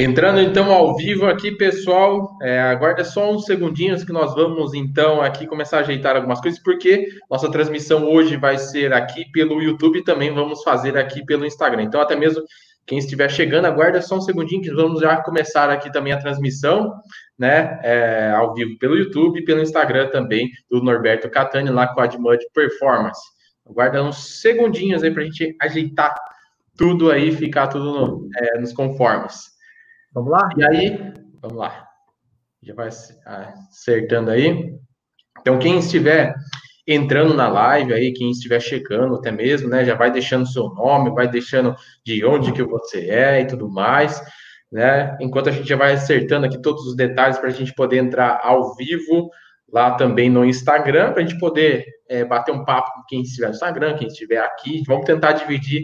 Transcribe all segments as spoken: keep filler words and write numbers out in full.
Entrando então ao vivo aqui, pessoal, é, aguarda só uns segundinhos que nós vamos então aqui começar a ajeitar algumas coisas, porque nossa transmissão hoje vai ser aqui pelo YouTube e também vamos fazer aqui pelo Instagram. Então, até mesmo quem estiver chegando, aguarda só um segundinho que vamos já começar aqui também a transmissão, né, é, ao vivo pelo YouTube e pelo Instagram também, do Norberto Catani, lá com a Admud Performance. Aguarda uns segundinhos aí para a gente ajeitar tudo aí, ficar tudo no, é, nos conformes. Vamos lá? E aí, vamos lá. Já vai acertando aí. Então, quem estiver entrando na live aí, quem estiver chegando até mesmo, né, já vai deixando seu nome, vai deixando de onde que você é e tudo mais, né? Enquanto a gente já vai acertando aqui todos os detalhes para a gente poder entrar ao vivo lá também no Instagram, para a gente poder é, bater um papo com quem estiver no Instagram, quem estiver aqui. Vamos tentar dividir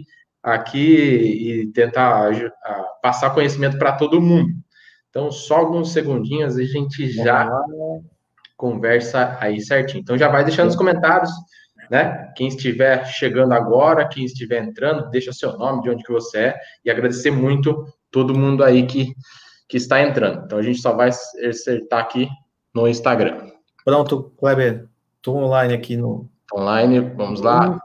aqui e tentar a, passar conhecimento para todo mundo. Então, só alguns segundinhos a gente já conversa aí certinho. Então, já vai deixando nos comentários, né? Quem estiver chegando agora, quem estiver entrando, deixa seu nome, de onde que você é, e agradecer muito todo mundo aí que, que está entrando. Então, a gente só vai acertar aqui no Instagram. Pronto, Kleber, estou online aqui no... Online, vamos lá.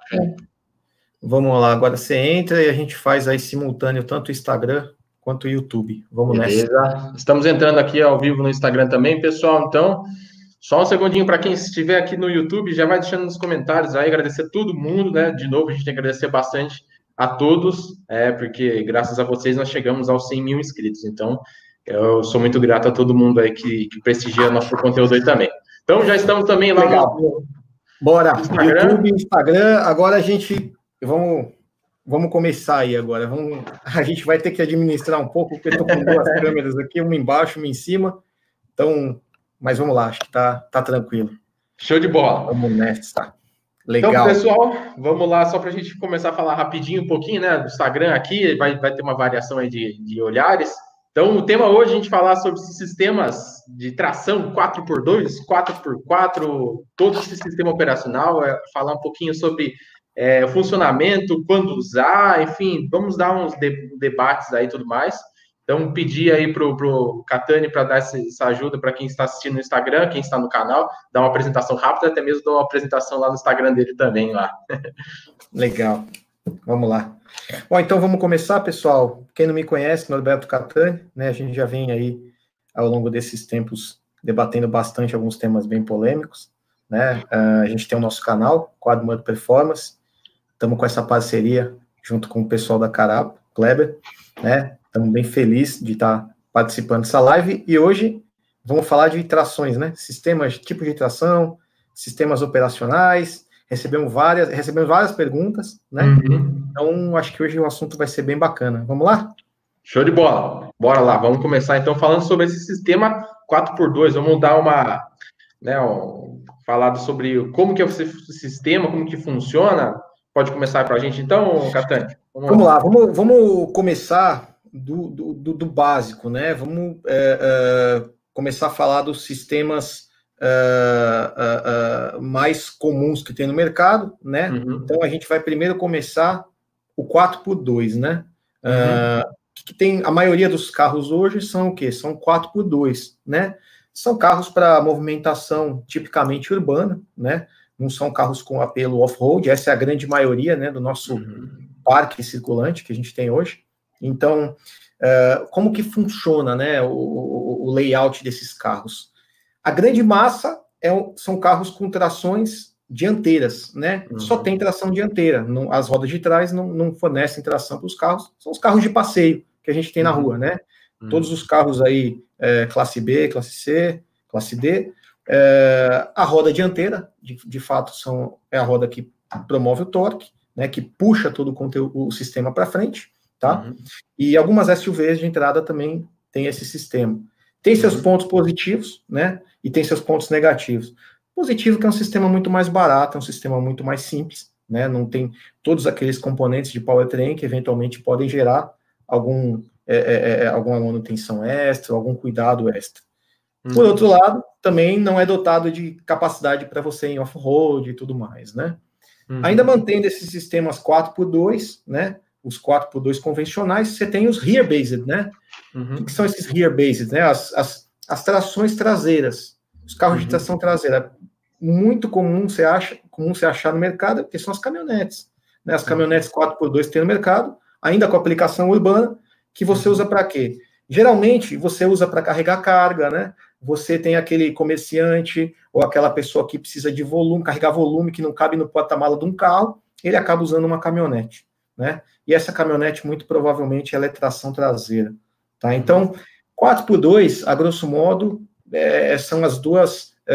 Vamos lá, agora você entra e a gente faz aí simultâneo tanto o Instagram quanto o YouTube. Vamos Beleza. nessa. Estamos entrando aqui ao vivo no Instagram também, pessoal. Então, só um segundinho para quem estiver aqui no YouTube, já vai deixando nos comentários aí, agradecer todo mundo, né? De novo, a gente tem que agradecer bastante a todos, é, porque graças a vocês nós chegamos aos cem mil inscritos. Então, eu sou muito grato a todo mundo aí que, que prestigia nosso conteúdo aí também. Então, já estamos também lá Legal. no Bora, Instagram. YouTube, Instagram, agora a gente... Vamos, vamos começar aí agora. Vamos, a gente vai ter que administrar um pouco, porque eu estou com duas câmeras aqui, uma embaixo, uma em cima. Então, mas vamos lá, acho que tá, tá tranquilo. Show de bola. Vamos nessa. Legal. Então, pessoal, vamos lá, só para a gente começar a falar rapidinho um pouquinho, né, do Instagram aqui, vai, vai ter uma variação aí de, de olhares. Então, o tema hoje é a gente falar sobre sistemas de tração quatro por dois, quatro por quatro, todo esse sistema operacional, é, falar um pouquinho sobre É, o funcionamento, quando usar, enfim, vamos dar uns de, debates aí e tudo mais. Então, pedir aí pro, pro Catani para dar essa, essa ajuda para quem está assistindo no Instagram, quem está no canal, dar uma apresentação rápida, até mesmo dar uma apresentação lá no Instagram dele também, lá. Legal. Vamos lá. Bom, então vamos começar, pessoal. Quem não me conhece, Norberto Catani, né, a gente já vem aí, ao longo desses tempos, debatendo bastante alguns temas bem polêmicos, né, uh, a gente tem o nosso canal, Quadmud Performance. Estamos com essa parceria junto com o pessoal da Carapa, Kleber, né? Estamos bem felizes de estar participando dessa live. E hoje vamos falar de trações, né? Sistemas, tipo de tração, sistemas operacionais. Recebemos várias, recebemos várias perguntas, né? Uhum. Então, acho que hoje o assunto vai ser bem bacana. Vamos lá? Show de bola. Bora lá. Vamos começar, então, falando sobre esse sistema quatro por dois. Vamos dar uma... né, um, falar sobre como que é esse sistema, como que funciona. Pode começar para a gente, então, Catani? Vamos, vamos lá, vamos, vamos começar do, do, do, do básico, né? Vamos é, é, começar a falar dos sistemas é, é, é, mais comuns que tem no mercado, né? Uhum. Então, a gente vai primeiro começar o quatro por dois, né? Uhum. É, que tem, a maioria dos carros hoje são o quê? São quatro por dois, né? São carros para movimentação tipicamente urbana, né? Não são carros com apelo off-road, essa é a grande maioria, né, do nosso uhum. parque circulante que a gente tem hoje. Então, uh, como que funciona, né, o, o layout desses carros? A grande massa é, são carros com trações dianteiras, né? Uhum. Só tem tração dianteira, não, as rodas de trás não, não fornecem tração para os carros, são os carros de passeio que a gente tem uhum. na rua, né? Uhum. Todos os carros aí, é, classe B, classe C, classe D, É, a roda dianteira, de, de fato, são, é a roda que promove o torque, né, que puxa todo o, conteúdo, o sistema para frente, tá? Uhum. E algumas S U Vs de entrada também tem esse sistema. Tem seus uhum. pontos positivos, né, e tem seus pontos negativos. Positivo que é um sistema muito mais barato, é um sistema muito mais simples, né, não tem todos aqueles componentes de powertrain que eventualmente podem gerar algum, é, é, alguma manutenção extra, algum cuidado extra. Uhum. Por outro lado, também não é dotado de capacidade para você em off-road e tudo mais, né? Uhum. Ainda mantendo esses sistemas quatro por dois, né? os quatro por dois convencionais, você tem os rear-based, né? Uhum. O que são esses rear-based, né? As, as, as trações traseiras, os carros uhum. de tração traseira. Muito comum você, acha, comum você achar no mercado, porque são as caminhonetes. Né? As caminhonetes quatro por dois que tem no mercado, ainda com aplicação urbana, que você usa para quê? Geralmente, você usa para carregar carga, né? Você tem aquele comerciante ou aquela pessoa que precisa de volume, carregar volume que não cabe no porta-mala de um carro, ele acaba usando uma caminhonete, né? E essa caminhonete, muito provavelmente, ela é tração traseira, tá? Então, quatro por dois, a grosso modo, é, são as duas, é,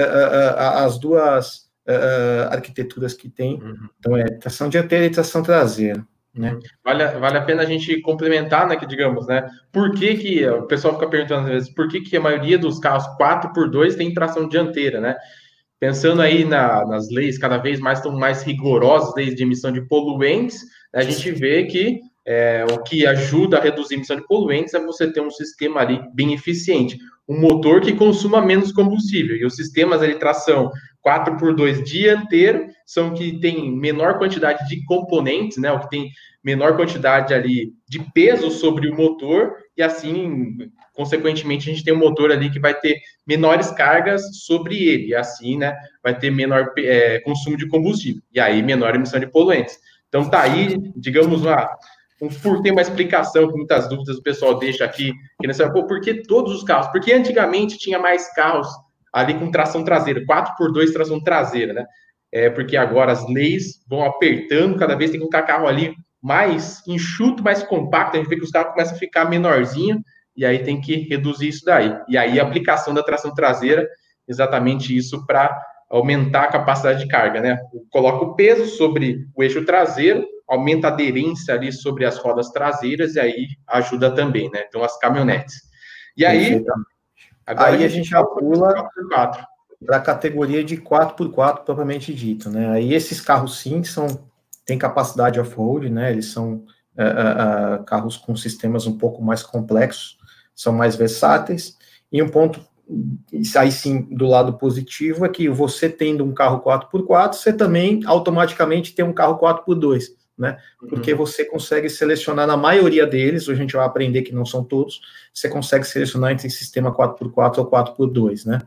as duas é, arquiteturas que tem. Uhum. Então, é tração dianteira e tração traseira. Né? Vale, vale a pena a gente complementar, né, que digamos, né, por que que, o pessoal fica perguntando às vezes, por que que a maioria dos carros quatro por dois tem tração dianteira, né? Pensando aí na, nas leis cada vez mais estão mais rigorosas, leis de emissão de poluentes, a gente vê que é, o que ajuda a reduzir a emissão de poluentes é você ter um sistema ali bem eficiente, um motor que consuma menos combustível, e os sistemas de tração quatro por dois dianteiro são que tem menor quantidade de componentes, né, o que tem menor quantidade ali de peso sobre o motor, e assim, consequentemente, a gente tem um motor ali que vai ter menores cargas sobre ele, e assim, né, vai ter menor é, consumo de combustível, e aí menor emissão de poluentes. Então tá aí, digamos lá, um, por ter uma explicação que muitas dúvidas o pessoal deixa aqui, que nessa, pô, por que todos os carros? Porque antigamente tinha mais carros ali com tração traseira, quatro por dois tração traseira, né? É porque agora as leis vão apertando, cada vez tem que colocar carro ali mais enxuto, mais compacto, a gente vê que os carros começam a ficar menorzinho, e aí tem que reduzir isso daí. E aí a aplicação da tração traseira, exatamente isso para aumentar a capacidade de carga, né? Coloca o peso sobre o eixo traseiro, aumenta a aderência ali sobre as rodas traseiras, e aí ajuda também, né? Então, as caminhonetes. E aí, agora aí a gente já pula para a categoria de quatro por quatro propriamente dito, né? Aí esses carros sim são, têm capacidade off-road, né? Eles são uh, uh, carros com sistemas um pouco mais complexos, são mais versáteis, e um ponto, aí sim, do lado positivo, é que você tendo um carro quatro por quatro, você também automaticamente tem um carro quatro por dois, né? Porque uhum. você consegue selecionar, na maioria deles, hoje a gente vai aprender que não são todos, você consegue selecionar entre sistema quatro por quatro ou quatro por dois, né?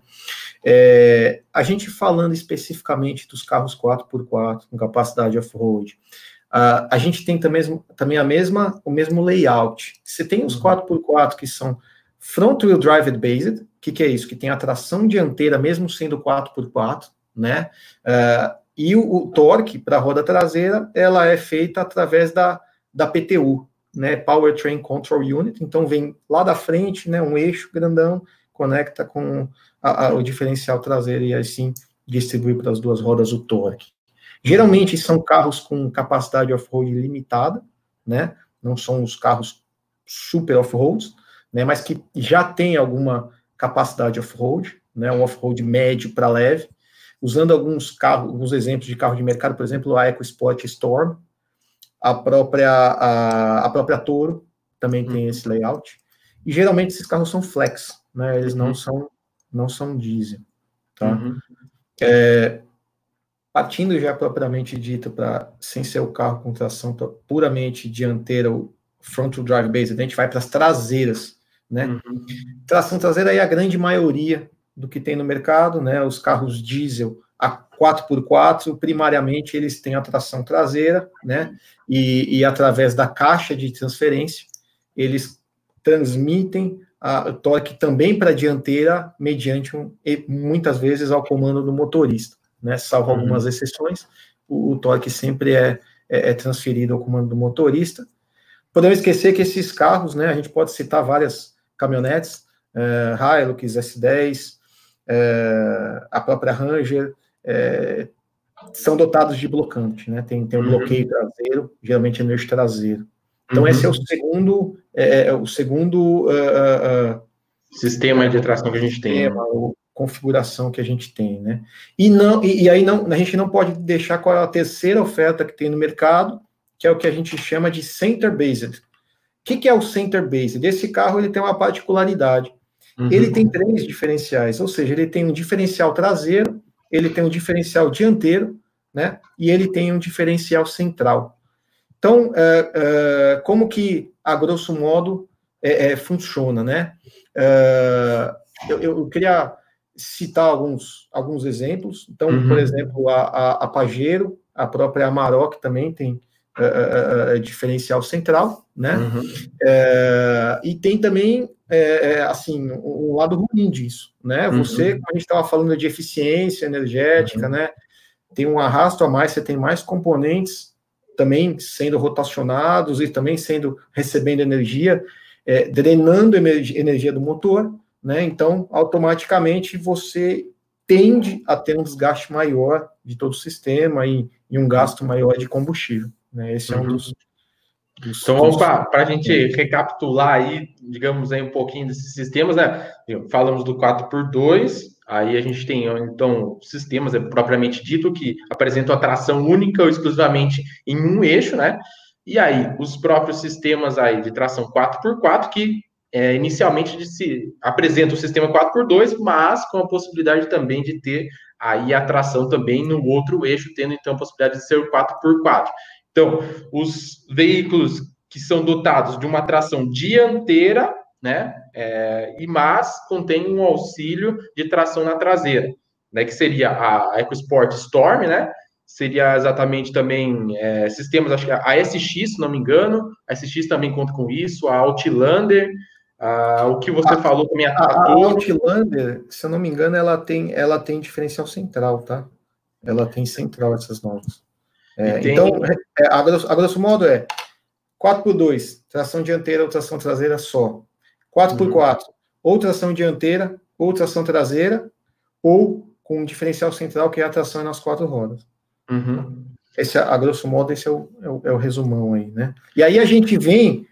É, a gente falando especificamente dos carros quatro por quatro, com capacidade off-road, uh, a gente tem também, também a mesma, o mesmo layout. Você tem os quatro por quatro que são front-wheel drive based, o que, que é isso? Que tem a tração dianteira, mesmo sendo quatro por quatro, né? Uh, e o, o torque para a roda traseira, ela é feita através da, da P T U, né? Powertrain Control Unit. Então, vem lá da frente, né? Um eixo grandão, conecta com a, a, o diferencial traseiro e assim distribui para as duas rodas o torque. Geralmente são carros com capacidade off-road limitada, né? Não são os carros super off-roads, né? Mas que já tem alguma capacidade off-road, né? Um off-road médio para leve, usando alguns carros, alguns exemplos de carro de mercado, por exemplo, a EcoSport Storm, a própria a, a própria Toro também tem esse layout. E geralmente esses carros são flex, né? Eles não são não são diesel, tá? Uhum. É, partindo já propriamente dito para sem ser o carro com tração puramente dianteira, o front-wheel drive based, a gente vai para as traseiras, né? Uhum. Tração traseira é a grande maioria do que tem no mercado, né? Os carros diesel a quatro por quatro, primariamente eles têm a tração traseira, né? E, e através da caixa de transferência, eles transmitem a torque também para a dianteira, mediante um, muitas vezes ao comando do motorista, né? Salvo uhum. algumas exceções, o, o torque sempre é, é, é transferido ao comando do motorista. Podemos esquecer que esses carros, né? A gente pode citar várias caminhonetes, é, Hilux, S dez, é, a própria Ranger, é, são dotados de blocante, né? Tem, tem um uhum. bloqueio traseiro, geralmente é no eixo traseiro. Então, uhum. esse é o segundo, é, é o segundo uh, uh, sistema de tração que a gente tem, né? Configuração que a gente tem, né? E não, e, e aí não, a gente não pode deixar qual é a terceira oferta que tem no mercado, que é o que a gente chama de center based. O que, que é o center based? Esse carro ele tem uma particularidade. Uhum. Ele tem três diferenciais, ou seja, ele tem um diferencial traseiro, ele tem um diferencial dianteiro, né? E ele tem um diferencial central. Então, é, é, como que, a grosso modo, é, é, funciona, né? É, eu, eu queria citar alguns, alguns exemplos. Então, uhum. por exemplo, a, a, a Pajero, a própria Amarok também tem é, é, diferencial central, né? Uhum. É, e tem também, é, assim, um lado ruim disso, né? Você, uhum. como a gente estava falando de eficiência energética, uhum. né? Tem um arrasto a mais, você tem mais componentes também sendo rotacionados e também sendo, recebendo energia, é, drenando energia, energia do motor, né? Então, automaticamente, você tende a ter um desgaste maior de todo o sistema e, e um gasto maior de combustível, né? Esse é um dos... dos então, vamos para a gente recapitular aí, digamos aí, um pouquinho desses sistemas, né? Falamos do quatro por dois, aí a gente tem, então, sistemas é, propriamente dito que apresentam a tração única ou exclusivamente em um eixo, né? E aí, os próprios sistemas aí de tração quatro por quatro, que é, inicialmente de se apresenta o sistema quatro por dois, mas com a possibilidade também de ter aí a tração também no outro eixo, tendo então a possibilidade de ser quatro por quatro. Então, os veículos que são dotados de uma tração dianteira, né, é, e mas contém um auxílio de tração na traseira, né, que seria a EcoSport Storm, né, seria exatamente também é, sistemas, acho que a S X, se não me engano, a S X também conta com isso, a Outlander, a, o que você a, falou também, a, a, a Outlander, se eu não me engano, ela tem, ela tem diferencial central, tá? Ela tem central, essas novas. É, tem... Então, é, a, grosso, a grosso modo é quatro por dois, tração dianteira ou tração traseira só. quatro por quatro, uhum. ou tração dianteira, ou tração traseira, ou com um diferencial central, que é a tração nas quatro rodas. Uhum. Esse, a grosso modo, esse é o, é o, é o resumão aí, né? E aí a gente vem,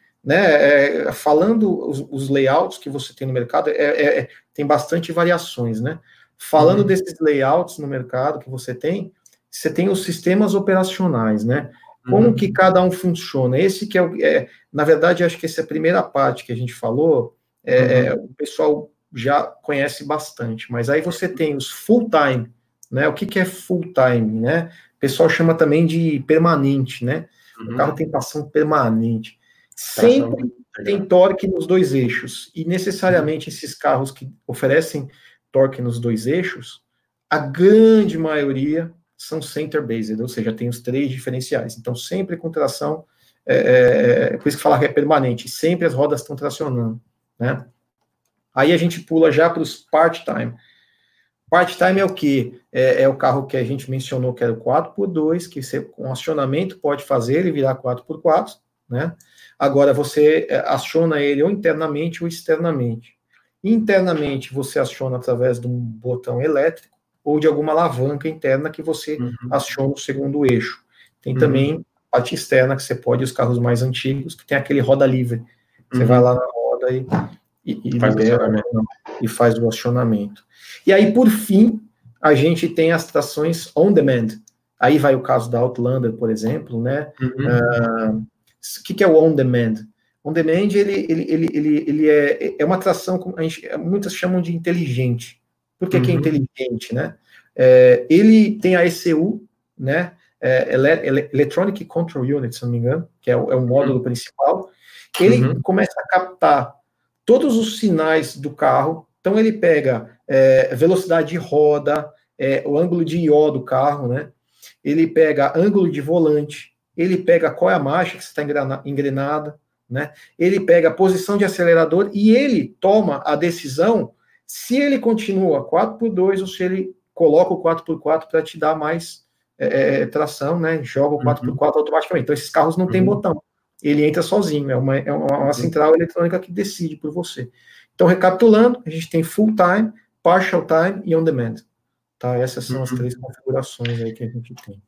né, é, falando os, os layouts que você tem no mercado, é, é, tem bastante variações, né? Falando uhum. desses layouts no mercado que você tem, você tem os sistemas operacionais, né? Como uhum. que cada um funciona? Esse que é, o, é, na verdade, acho que essa é a primeira parte que a gente falou, é, uhum. o pessoal já conhece bastante, mas aí você tem os full-time, né? O que, que é full-time, né? O pessoal chama também de permanente, né? Uhum. O carro tem tração permanente. Sempre tração tem torque nos dois eixos, e necessariamente uhum. esses carros que oferecem torque nos dois eixos, a grande maioria são center-based, ou seja, tem os três diferenciais. Então, sempre com tração, é, é, por isso que falar que é permanente, sempre as rodas estão tracionando, né? Aí a gente pula já para os part-time. Part-time é o quê? É, é o carro que a gente mencionou, que era o quatro por dois, que você, com acionamento, pode fazer ele virar quatro por quatro, né? Agora, você aciona ele ou internamente ou externamente. Internamente, você aciona através de um botão elétrico, ou de alguma alavanca interna que você uhum. aciona o segundo eixo. Tem uhum. também a parte externa, que você pode, os carros mais antigos, que tem aquele roda livre. Você uhum. vai lá na roda e, e, e faz libera e faz o acionamento. E aí, por fim, a gente tem as trações on-demand. Aí vai o caso da Outlander, por exemplo, né? Uhum. Uh, o que, que é o on-demand? On-demand, ele, ele, ele, ele, ele é, é uma tração, a gente, muitas chamam de inteligente. Por que, uhum. que é inteligente, né? É, ele tem a E C U, né? É, Electronic Control Unit, se não me engano, que é o, é o módulo uhum. principal. Ele uhum. começa a captar todos os sinais do carro. Então, ele pega é, velocidade de roda, é, o ângulo de I O do carro, né? Ele pega ângulo de volante, ele pega qual é a marcha que você está engrenada, né? Ele pega a posição de acelerador e ele toma a decisão se ele continua quatro por dois ou se ele coloca o quatro por quatro para te dar mais é, tração, né? Joga o quatro por quatro uhum. automaticamente. Então, esses carros não uhum. tem botão. Ele entra sozinho. É uma, é uma, uma uhum. central eletrônica que decide por você. Então, recapitulando, a gente tem full time, partial time e on demand. Tá? Essas são uhum. as três configurações aí que a gente tem.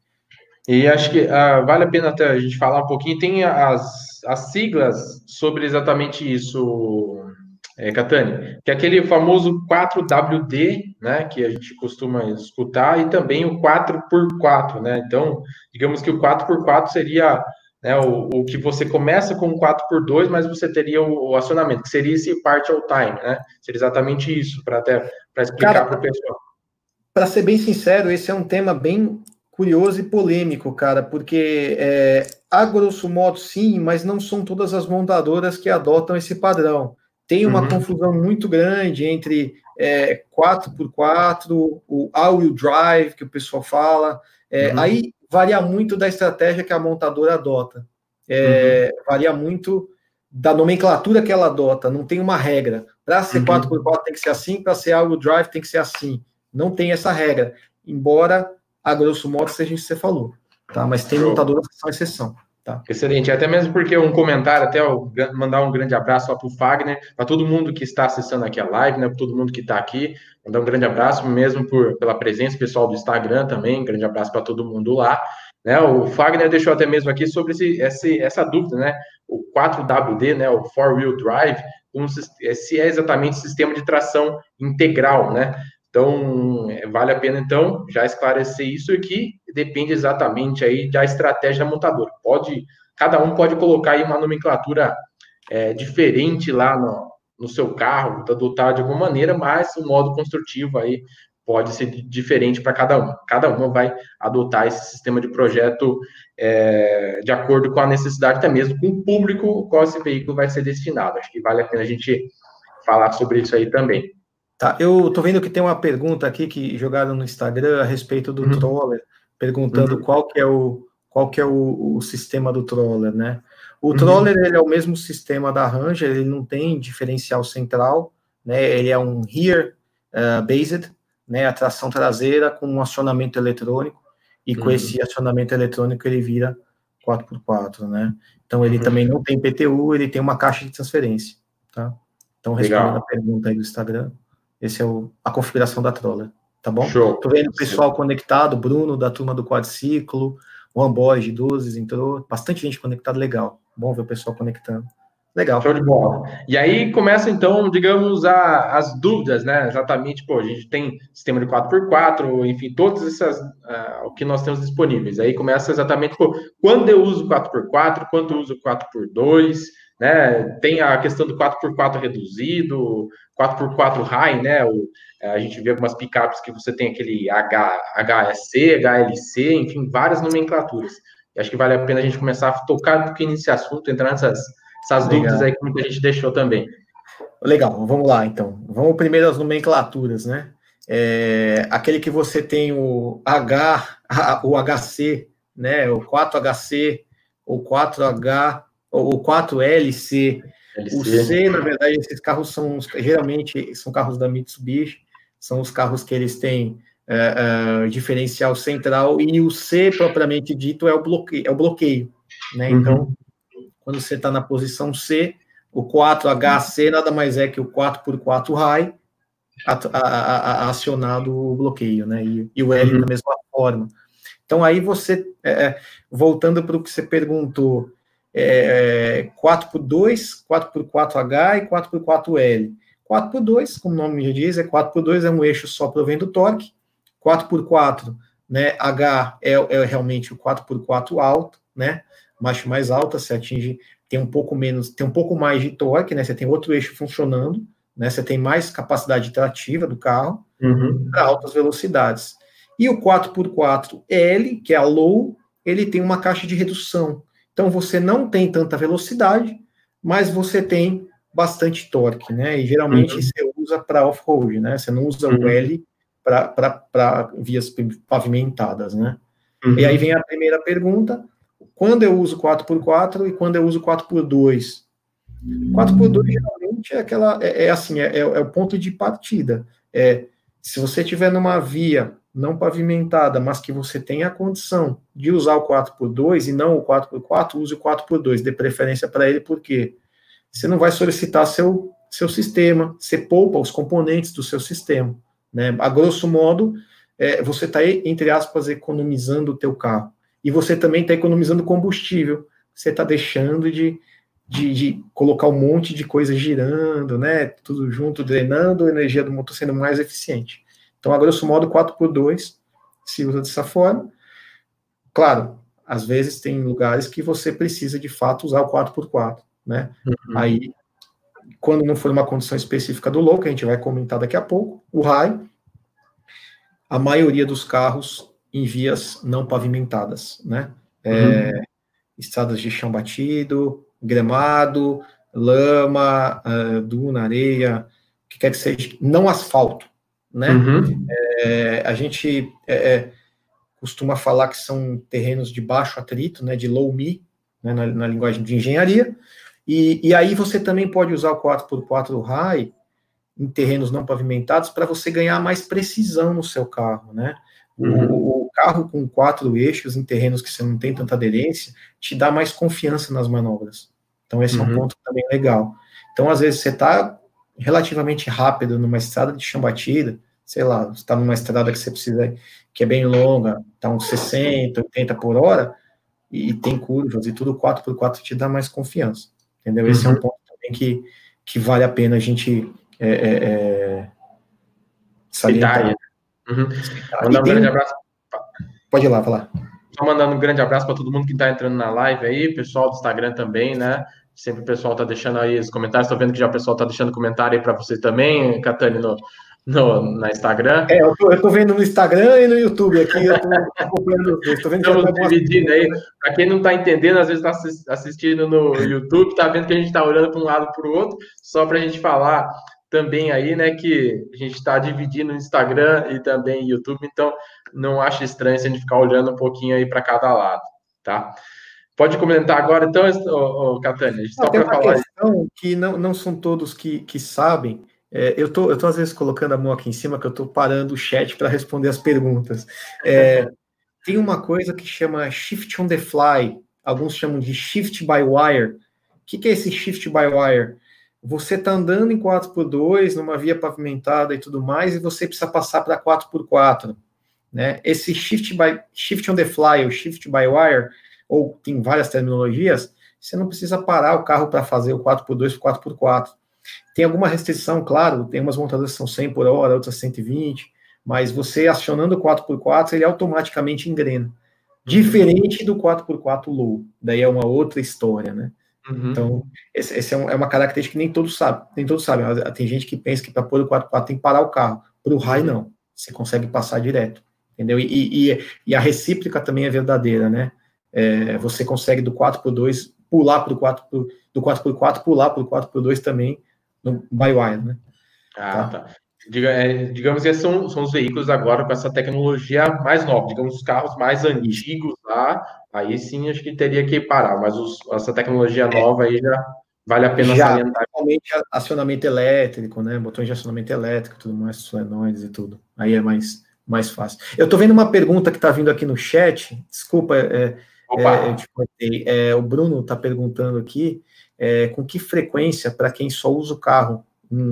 E acho que uh, vale a pena até a gente falar um pouquinho. Tem as, as siglas sobre exatamente isso, é, Catani, que é aquele famoso quatro W D, né, que a gente costuma escutar, e também o quatro por quatro, né? Então, digamos que o quatro por quatro seria, né, o, o que você começa com quatro por dois, mas você teria o, o acionamento, que seria esse partial time, né? Seria exatamente isso, para até para explicar para o pessoal. Para ser bem sincero, esse é um tema bem curioso e polêmico, cara, porque é, a grosso modo, sim, mas não são todas as montadoras que adotam esse padrão. Tem uma uhum. confusão muito grande entre é, quatro por quatro, o all-wheel drive, que o pessoal fala. É, uhum. Aí varia muito da estratégia que a montadora adota. É, uhum. Varia muito da nomenclatura que ela adota. Não tem uma regra. Para ser uhum. quatro por quatro tem que ser assim, para ser all-wheel drive tem que ser assim. Não tem essa regra. Embora, a grosso modo, seja isso que você falou. Tá? Mas tem montadoras que são exceção. Tá. Excelente, até mesmo porque um comentário, até eu mandar um grande abraço para o Fagner, para todo mundo que está acessando aqui a live, né, para todo mundo que está aqui, mandar um grande abraço mesmo por, pela presença, pessoal do Instagram também, um grande abraço para todo mundo lá. Né, o Fagner deixou até mesmo aqui sobre esse, esse, essa dúvida, né, o quatro W D, né, o four wheel drive, um, se é exatamente sistema de tração integral, né? Então, vale a pena, então, já esclarecer isso aqui, depende exatamente aí da estratégia da montadora. Pode, cada um pode colocar aí uma nomenclatura é, diferente lá no, no seu carro, adotar de alguma maneira, mas o modo construtivo aí pode ser diferente para cada um. Cada uma vai adotar esse sistema de projeto é, de acordo com a necessidade, até mesmo com o público qual esse veículo vai ser destinado. Acho que vale a pena a gente falar sobre isso aí também. Tá, eu tô vendo que tem uma pergunta aqui que jogaram no Instagram a respeito do uhum. troller, perguntando uhum. qual que é o qual que é o, o sistema do troller, né? O uhum. troller, ele é o mesmo sistema da Ranger, ele não tem diferencial central, né? Ele é um rear uh, based, né? A tração traseira com um acionamento eletrônico, e com uhum. esse acionamento eletrônico ele vira quatro por quatro, né? Então ele uhum. também não tem P T U, ele tem uma caixa de transferência, tá? Então, respondendo Legal. a pergunta aí do Instagram, esse é o, a configuração da troller, tá bom? Show. Tô vendo o pessoal Sim. conectado, Bruno, da turma do quadriciclo, o Amboy de doze entrou, bastante gente conectada, legal. Bom ver o pessoal conectando. Legal. Show de bola. E aí começa, então, digamos, a, as dúvidas, né? Exatamente, pô, a gente tem sistema de quatro por quatro, enfim, todas essas, uh, o que nós temos disponíveis. Aí começa exatamente, pô, quando eu uso quatro por quatro, quando eu uso quatro por dois, né? Tem a questão do quatro por quatro reduzido, quatro por quatro high, né? O, a gente vê algumas picapes que você tem aquele H, H S C, H L C, enfim, várias nomenclaturas. E acho que vale a pena a gente começar a tocar um pouquinho nesse assunto, entrar nessas essas dúvidas aí que muita gente deixou também. Legal, vamos lá então. Vamos primeiro às nomenclaturas, né? É, aquele que você tem o H, o H C, né? O quatro H C, o quatro H, ou o quatro L C. L C. O C, na verdade, esses carros são, geralmente, são carros da Mitsubishi, são os carros que eles têm é, é, diferencial central, e o C, propriamente dito, é o bloqueio, é o bloqueio, né? Então, uhum. quando você está na posição C, o quatro H C nada mais é que o quatro por quatro high a, a, a, a, acionado o bloqueio, né? E, e o L uhum. da mesma forma. Então, aí você, é, voltando para o que você perguntou, é, quatro por dois, quatro por quatro H e quatro por quatro L. quatro por dois, como o nome já diz, é quatro por dois é um eixo só provendo torque. quatro por quatro, né? H é, é realmente o quatro por quatro alto, né? Marcha mais alta, você atinge, tem um pouco menos, tem um pouco mais de torque, né? Você tem outro eixo funcionando, né? Você tem mais capacidade trativa do carro uhum. para altas velocidades. E o quatro por quatro L, que é a low, ele tem uma caixa de redução. Então você não tem tanta velocidade, mas você tem bastante torque, né? E geralmente uhum. você usa para off-road, né? Você não usa uhum. o L para vias pavimentadas, né? Uhum. E aí vem a primeira pergunta: quando eu uso quatro por quatro e quando eu uso quatro por dois? quatro por dois geralmente é aquela, é, é assim, é, é o ponto de partida. É, se você estiver numa via não pavimentada, mas que você tenha a condição de usar o quatro por dois e não o quatro por quatro, use o quatro por dois, dê preferência para ele, porque você não vai solicitar seu, seu sistema, você poupa os componentes do seu sistema, né? A grosso modo, é, você está, entre aspas, economizando o teu carro. E você também está economizando combustível. Você está deixando de, de, de colocar um monte de coisa girando, né? Tudo junto, drenando a energia do motor, sendo mais eficiente. Então, a grosso modo, quatro por dois se usa dessa forma. Claro, às vezes tem lugares que você precisa, de fato, usar o quatro por quatro, né? Uhum. Aí, quando não for uma condição específica do low, que a gente vai comentar daqui a pouco, o high, a maioria dos carros em vias não pavimentadas, né? É, uhum. estradas de chão batido, gramado, lama, uh, duna, areia, o que quer que seja, não asfalto, né? Uhum. É, a gente é, costuma falar que são terrenos de baixo atrito, né, de low me, né, na, na linguagem de engenharia, e, e aí você também pode usar o quatro por quatro high em terrenos não pavimentados para você ganhar mais precisão no seu carro, né? Uhum. O, o carro com quatro eixos em terrenos que você não tem tanta aderência te dá mais confiança nas manobras. Então esse uhum. é um ponto também legal. Então às vezes você está relativamente rápido numa estrada de chão batida, sei lá, você está numa estrada que você precisa, que é bem longa, está uns sessenta, oitenta por hora, e, e tem curvas e tudo, quatro por quatro te dá mais confiança, entendeu? Esse uhum. é um ponto também que, que vale a pena a gente é, é, é, salientar. Uhum. Mandar um grande um... abraço. Pode ir lá, falar. Só mandando um grande abraço para todo mundo que está entrando na live aí, pessoal do Instagram também, né? Sempre o pessoal está deixando aí os comentários. Estou vendo que já o pessoal está deixando comentário aí para você também, Catani, no, no, na Instagram. É, eu tô, eu tô vendo no Instagram e no YouTube aqui, eu tô acompanhando os dois. Tô vendo Estamos dividindo aí. Para quem não está entendendo, às vezes está assistindo no YouTube, está vendo que a gente está olhando para um lado para o outro, só para a gente falar também aí, né, que a gente está dividindo no Instagram e também YouTube, então não acho estranho se a gente ficar olhando um pouquinho aí para cada lado, tá? Pode comentar agora, então, ô, ô, Catani, só para falar. Questão que não, não são todos que, que sabem. É, eu tô, eu tô às vezes colocando a mão aqui em cima, que eu tô parando o chat para responder as perguntas. É, tem uma coisa que chama shift on the fly, alguns chamam de shift by wire. O que, que é esse shift by wire? Você está andando em quatro por dois, numa via pavimentada e tudo mais, e você precisa passar para quatro por quatro. Né? Esse shift, by, shift on the fly, ou shift by wire, ou tem várias terminologias, você não precisa parar o carro para fazer o quatro por dois para quatro por quatro. Tem alguma restrição, claro, tem umas montadoras que são cem por hora, outras cento e vinte, mas você acionando o quatro por quatro, ele automaticamente engrena. Diferente do quatro por quatro low, daí é uma outra história, né? Uhum. Então, essa esse é, um, é uma característica que nem todos sabem. Nem todos sabem. Tem gente que pensa que para pôr o quatro por quatro tem que parar o carro. Para o high, não. Você consegue passar direto. Entendeu? E, e, e a recíproca também é verdadeira, né? É, você consegue do quatro por dois pular pro quatro por, do quatro por quatro, pular para o quatro por dois também no by wire, né? Ah, tá. tá. Diga, é, digamos que são, são os veículos agora com essa tecnologia mais nova, digamos, os carros mais antigos lá, aí sim acho que teria que parar, mas os, essa tecnologia nova aí já vale a pena já, salientar. Principalmente acionamento elétrico, né? Botões de acionamento elétrico, tudo mais, solenoides e tudo. Aí é mais, mais fácil. Eu tô vendo uma pergunta que tá vindo aqui no chat, desculpa, é, é, eu te contei, é, o Bruno tá perguntando aqui, é, com que frequência, para quem só usa o carro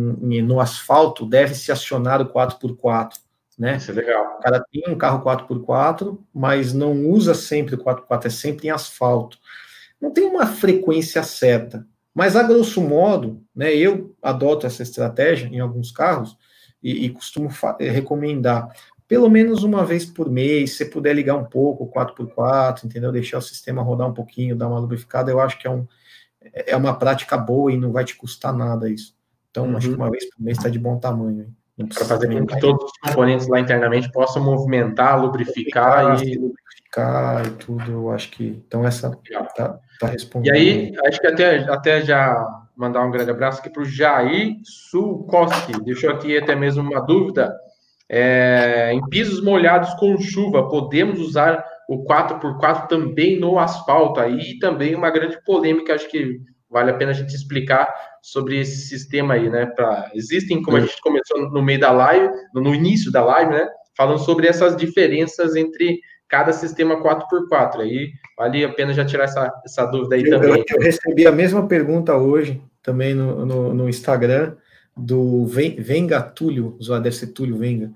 no asfalto, deve-se acionar o quatro por quatro, né? Isso é legal. O cara tem um carro quatro por quatro, mas não usa sempre o quatro por quatro, é sempre em asfalto. Não tem uma frequência certa, mas a grosso modo, né, eu adoto essa estratégia em alguns carros e, e costumo recomendar pelo menos uma vez por mês, se puder ligar um pouco o quatro por quatro, entendeu? Deixar o sistema rodar um pouquinho, dar uma lubrificada, eu acho que é, um, é uma prática boa e não vai te custar nada isso. Então, uhum. acho que uma vez por mês está de bom tamanho. Para fazer com que todos os componentes lá internamente possam movimentar, lubrificar, lubrificar e... Lubrificar e tudo, eu acho que... Então, essa está tá respondendo. E aí, acho que até, até já mandar um grande abraço aqui para o Jair Sulkowski. Deixou aqui até mesmo uma dúvida. É, em pisos molhados com chuva, podemos usar o quatro por quatro também no asfalto? Aí também uma grande polêmica, acho que vale a pena a gente explicar sobre esse sistema aí, né? Pra, existem, como a gente começou no meio da live, no início da live, né? Falando sobre essas diferenças entre cada sistema quatro por quatro. Aí vale a pena já tirar essa, essa dúvida aí eu, também. Eu, eu recebi a mesma pergunta hoje, também no, no, no Instagram, do Venga Túlio, deve ser Túlio Venga.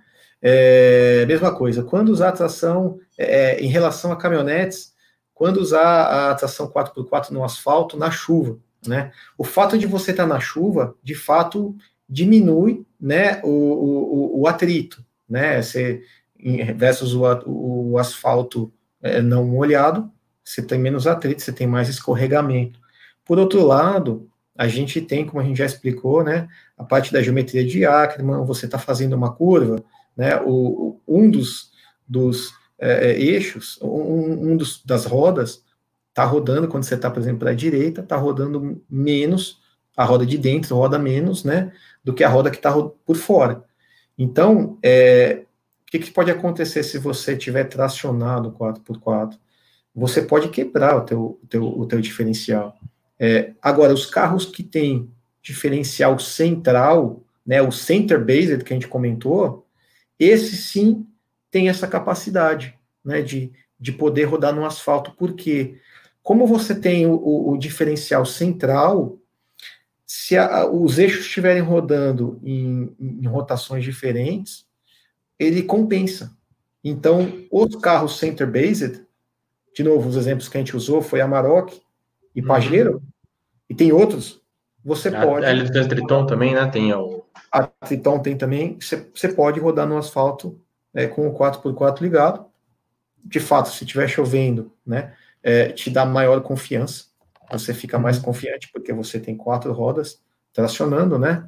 É, mesma coisa, quando usar a tração, é, em relação a caminhonetes, quando usar a tração quatro por quatro no asfalto, na chuva, né? O fato de você estar na chuva, de fato, diminui, né, o, o, o atrito, né? Você, versus o, o asfalto é, não molhado, você tem menos atrito, você tem mais escorregamento. Por outro lado, a gente tem, como a gente já explicou, né, a parte da geometria de Ackermann, você está fazendo uma curva, né, o, um dos, dos é, eixos, um, um dos, das rodas, está rodando, quando você está, por exemplo, para a direita, está rodando menos, a roda de dentro roda menos, né, do que a roda que está por fora. Então, é, o que, que pode acontecer se você tiver tracionado quatro por quatro? Você pode quebrar o teu, o teu, o teu diferencial. É, agora, os carros que têm diferencial central, né, o center-based que a gente comentou, esse sim tem essa capacidade, né, de, de poder rodar no asfalto, porque como você tem o, o, o diferencial central, se a, os eixos estiverem rodando em, em rotações diferentes, ele compensa. Então, os carros center-based, de novo, os exemplos que a gente usou foi Amarok e Pajero, uhum. E tem outros, você a, pode... A Triton também, né? Tem o... A Triton tem também, você, você pode rodar no asfalto é, com o quatro por quatro ligado. De fato, se estiver chovendo, né, é, te dá maior confiança, você fica mais confiante, porque você tem quatro rodas tracionando, né,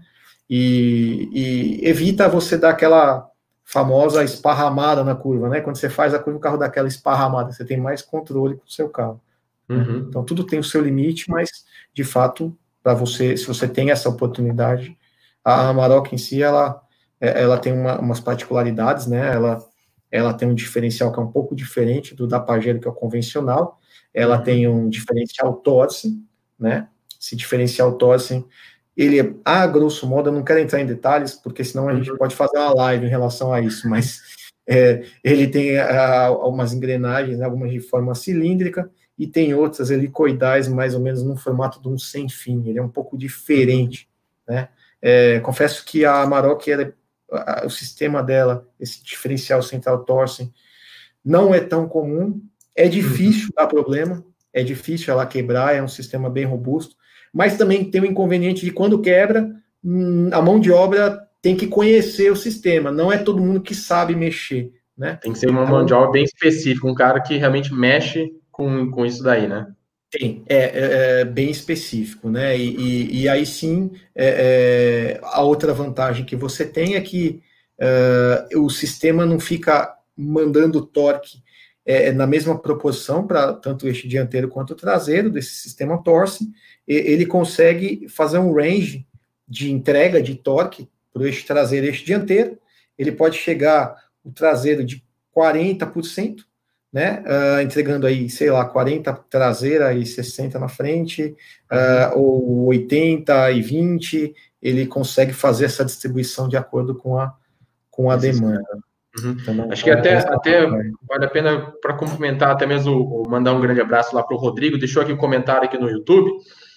e, e evita você dar aquela famosa esparramada na curva, né, quando você faz a curva, o carro dá aquela esparramada, você tem mais controle com o seu carro. Né? Uhum. Então, tudo tem o seu limite, mas, de fato, para você, se você tem essa oportunidade, a Amarok em si, ela, ela tem uma, umas particularidades, né, ela, ela tem um diferencial que é um pouco diferente do da Pajero, que é o convencional, ela uhum. tem um diferencial Torsen, né, esse diferencial Torsen, ele é, a grosso modo, eu não quero entrar em detalhes, porque senão a uhum. gente pode fazer uma live em relação a isso, mas é, ele tem a, algumas engrenagens, né, algumas de forma cilíndrica, e tem outras helicoidais, mais ou menos no formato de um sem fim, ele é um pouco diferente, uhum. né, é, confesso que a Amarok, ela, a, o sistema dela, esse diferencial central Torsen, não é tão comum, é difícil uhum. dar problema, é difícil ela quebrar, é um sistema bem robusto, mas também tem o inconveniente de quando quebra, a mão de obra tem que conhecer o sistema, não é todo mundo que sabe mexer, né? Tem que ser uma então, mão de obra bem específica, um cara que realmente mexe com, com isso daí, né? Tem, é, é, é bem específico, né? E, e, e aí sim, é, é, a outra vantagem que você tem é que é, o sistema não fica mandando torque é, na mesma proporção para tanto o eixo dianteiro quanto o traseiro desse sistema Torsen. Ele consegue fazer um range de entrega de torque para o eixo traseiro e eixo dianteiro. Ele pode chegar o traseiro de quarenta por cento, né, uh, entregando aí, sei lá, quarenta traseira e sessenta na frente, uh, ou oitenta e vinte, ele consegue fazer essa distribuição de acordo com a, com a demanda. Uhum. Então, acho que até, até vale a pena, para complementar, até mesmo mandar um grande abraço lá para o Rodrigo, deixou aqui um comentário aqui no YouTube,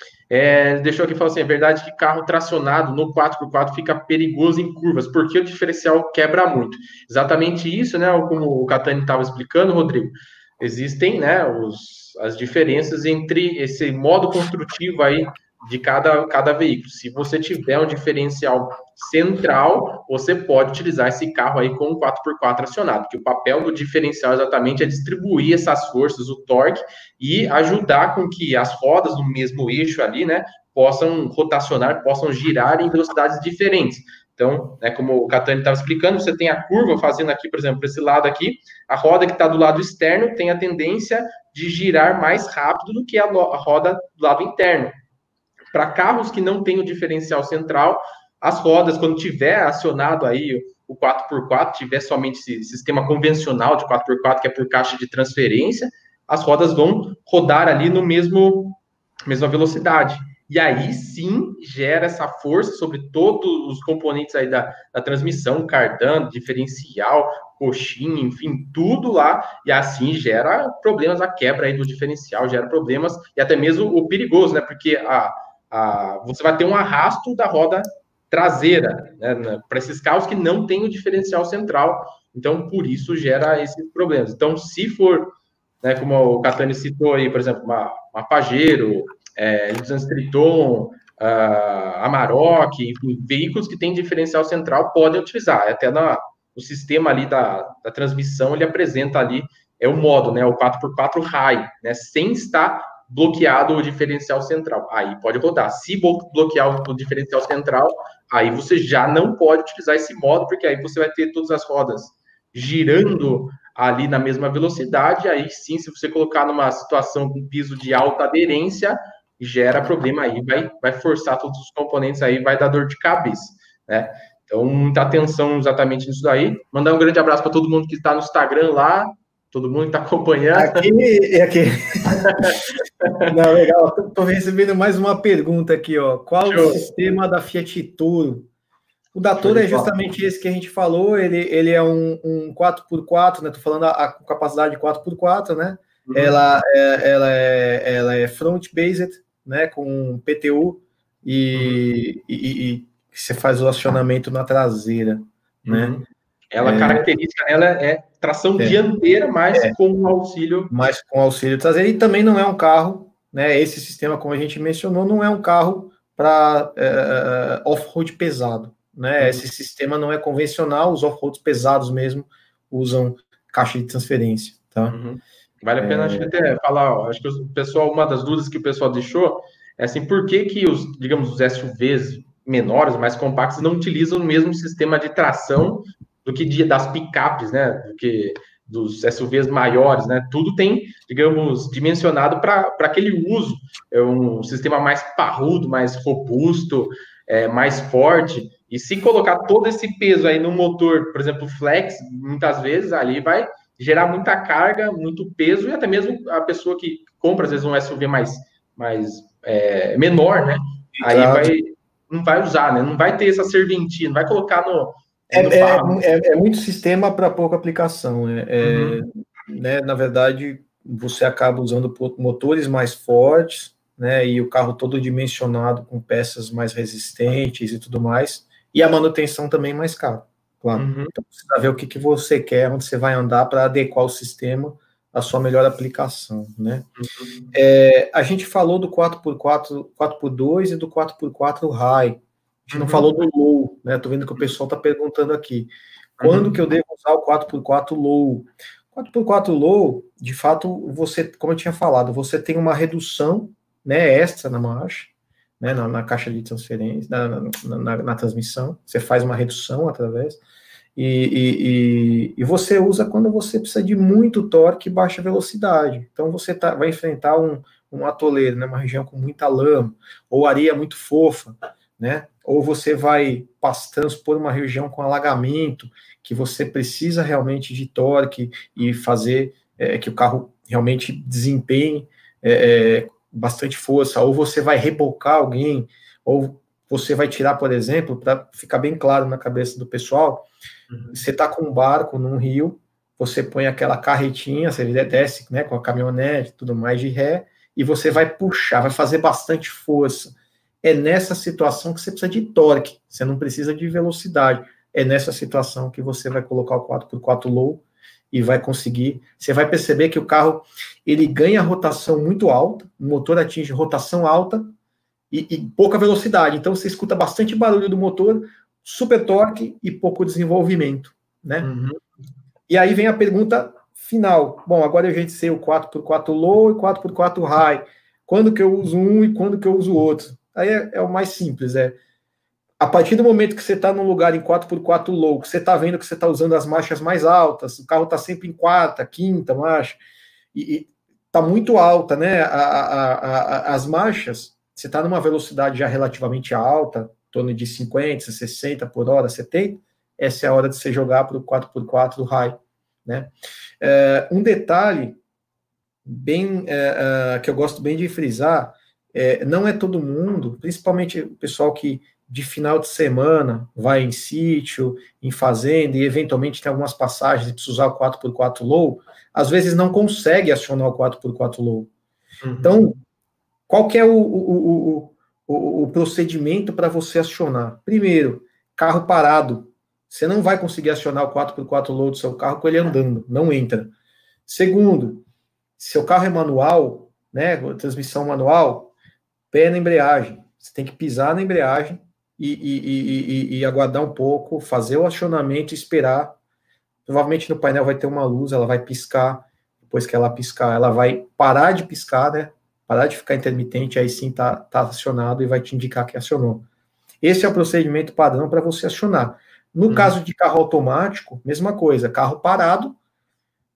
é, deixou aqui falando assim, é verdade que carro tracionado no quatro por quatro fica perigoso em curvas, porque o diferencial quebra muito. Exatamente isso, né, como o Catani estava explicando, Rodrigo, existem, né, os, as diferenças entre esse modo construtivo aí de cada, cada veículo. Se você tiver um diferencial central, você pode utilizar esse carro aí com um quatro por quatro acionado, que o papel do diferencial exatamente é distribuir essas forças, o torque, e ajudar com que as rodas do mesmo eixo ali, né, possam rotacionar, possam girar em velocidades diferentes. Então, né, como o Catani estava explicando, você tem a curva fazendo aqui, por exemplo, para esse lado aqui, a roda que está do lado externo tem a tendência de girar mais rápido do que a, a roda do lado interno. Para carros que não têm o diferencial central, as rodas, quando tiver acionado aí o quatro por quatro, tiver somente esse sistema convencional de quatro por quatro, que é por caixa de transferência, as rodas vão rodar ali no mesmo mesma velocidade. E aí sim gera essa força sobre todos os componentes aí da, da transmissão, cardan, diferencial, coxinha, enfim, tudo lá, e assim gera problemas, a quebra aí do diferencial, gera problemas, e até mesmo o perigoso, né? Porque a Ah, você vai ter um arrasto da roda traseira, né, para esses carros que não têm o diferencial central, então por isso gera esses problemas. Então, se for, né, como o Catani citou aí, por exemplo, uma, uma Pajero, é, Triton, uh, Amarok, enfim, veículos que têm diferencial central podem utilizar, até na, no sistema ali da, da transmissão ele apresenta ali, é o modo, né, o quatro por quatro High, né, sem estar bloqueado o diferencial central, aí pode rodar. Se bloquear o diferencial central, aí você já não pode utilizar esse modo, porque aí você vai ter todas as rodas girando ali na mesma velocidade, aí sim, se você colocar numa situação com piso de alta aderência, gera problema aí, vai, vai forçar todos os componentes aí, vai dar dor de cabeça, né? Então, muita atenção exatamente nisso daí. Mandar um grande abraço para todo mundo que está no Instagram lá, todo mundo que está acompanhando. Aqui e aqui. Não, legal. Estou recebendo mais uma pergunta aqui, ó. Qual Show. O sistema da Fiat Toro? O da Toro é justamente esse que a gente falou. Ele, ele é um, um quatro por quatro, né? Estou falando a, a capacidade de quatro por quatro, né? Uhum. Ela, é, ela, é, ela é front-based, né? Com P T U e, uhum. e, e você faz o acionamento na traseira, né? Uhum. Ela, a é, característica dela é tração é, dianteira, mas é, com auxílio... Mas com auxílio traseiro. E também não é um carro, né? Esse sistema, como a gente mencionou, não é um carro para é, off-road pesado, né? Uhum. Esse sistema não é convencional, os off-roads pesados mesmo usam caixa de transferência, tá? Uhum. Vale a pena, é... acho que até falar, ó, acho que o pessoal, uma das dúvidas que o pessoal deixou é assim, por que que os, digamos, os S U Vs menores, mais compactos, não utilizam o mesmo sistema de tração do que de, das picapes, né? Do que dos S U Vs maiores, né? Tudo tem, digamos, dimensionado para aquele uso. É um sistema mais parrudo, mais robusto, é, mais forte. E se colocar todo esse peso aí no motor, por exemplo, flex, muitas vezes ali vai gerar muita carga, muito peso, e até mesmo a pessoa que compra, às vezes, um S U V mais, mais é, menor, né? Aí Exato. vai, não vai usar, né? Não vai ter essa serventia, não vai colocar no. É, no é, é, é muito sistema para pouca aplicação. É, uhum. é, né, na verdade, você acaba usando motores mais fortes, né? E o carro todo dimensionado com peças mais resistentes e tudo mais, e a manutenção também mais cara. Claro. Uhum. Então, precisa ver o que, que você quer, onde você vai andar para adequar o sistema à sua melhor aplicação, né? Uhum. É, a gente falou do quatro por quatro, quatro por dois e do quatro por quatro High. A gente uhum. não falou do Low, né? Tô vendo que o pessoal está perguntando aqui. Quando uhum. que eu devo usar o quatro por quatro Low? quatro por quatro Low, de fato, você, como eu tinha falado, você tem uma redução, né, extra na marcha, né, na, na caixa de transferência, na, na, na, na transmissão, você faz uma redução através, e, e, e, e você usa quando você precisa de muito torque e baixa velocidade. Então você tá, vai enfrentar um, um atoleiro, né, uma região com muita lama, ou areia muito fofa, né, ou você vai transpor uma região com alagamento, que você precisa realmente de torque e fazer é, que o carro realmente desempenhe é, é, bastante força, ou você vai rebocar alguém, ou você vai tirar, por exemplo, para ficar bem claro na cabeça do pessoal, uhum. você está com um barco num rio, você põe aquela carretinha, você desce, né, com a caminhonete, tudo mais de ré, e você vai puxar, vai fazer bastante força. É nessa situação que você precisa de torque, você não precisa de velocidade. É nessa situação que você vai colocar o quatro por quatro Low e vai conseguir, você vai perceber que o carro, ele ganha rotação muito alta, o motor atinge rotação alta e, e pouca velocidade, então você escuta bastante barulho do motor, super torque e pouco desenvolvimento, né? Uhum. E aí vem a pergunta final. Bom, agora eu já sei o quatro por quatro Low e quatro por quatro High. Quando que eu uso um e quando que eu uso o outro? Aí é, é o mais simples, é a partir do momento que você está num lugar em quatro por quatro Low, que você está vendo que você está usando as marchas mais altas, o carro está sempre em quarta, quinta marcha, e está muito alta, né? A, a, a, as marchas, você está numa velocidade já relativamente alta, em torno de cinquenta, sessenta por hora, setenta, essa é a hora de você jogar para o quatro por quatro High, né? É, um detalhe bem é, é, que eu gosto bem de frisar, é, não é todo mundo, principalmente o pessoal que de final de semana vai em sítio, em fazenda, e eventualmente tem algumas passagens e precisa usar o quatro por quatro Low, às vezes não consegue acionar o quatro por quatro Low. Uhum. Então, qual que é o, o, o, o, o procedimento para você acionar? Primeiro, carro parado. Você não vai conseguir acionar o quatro por quatro Low do seu carro com ele andando, não entra. Segundo, seu carro é manual, né, transmissão manual, pé na embreagem. Você tem que pisar na embreagem e, e, e, e, e aguardar um pouco, fazer o acionamento e esperar. Provavelmente no painel vai ter uma luz, ela vai piscar. Depois que ela piscar, ela vai parar de piscar, né? Parar de ficar intermitente, aí sim tá, tá acionado e vai te indicar que acionou. Esse é o procedimento padrão para você acionar. No hum. caso de carro automático, mesma coisa, carro parado,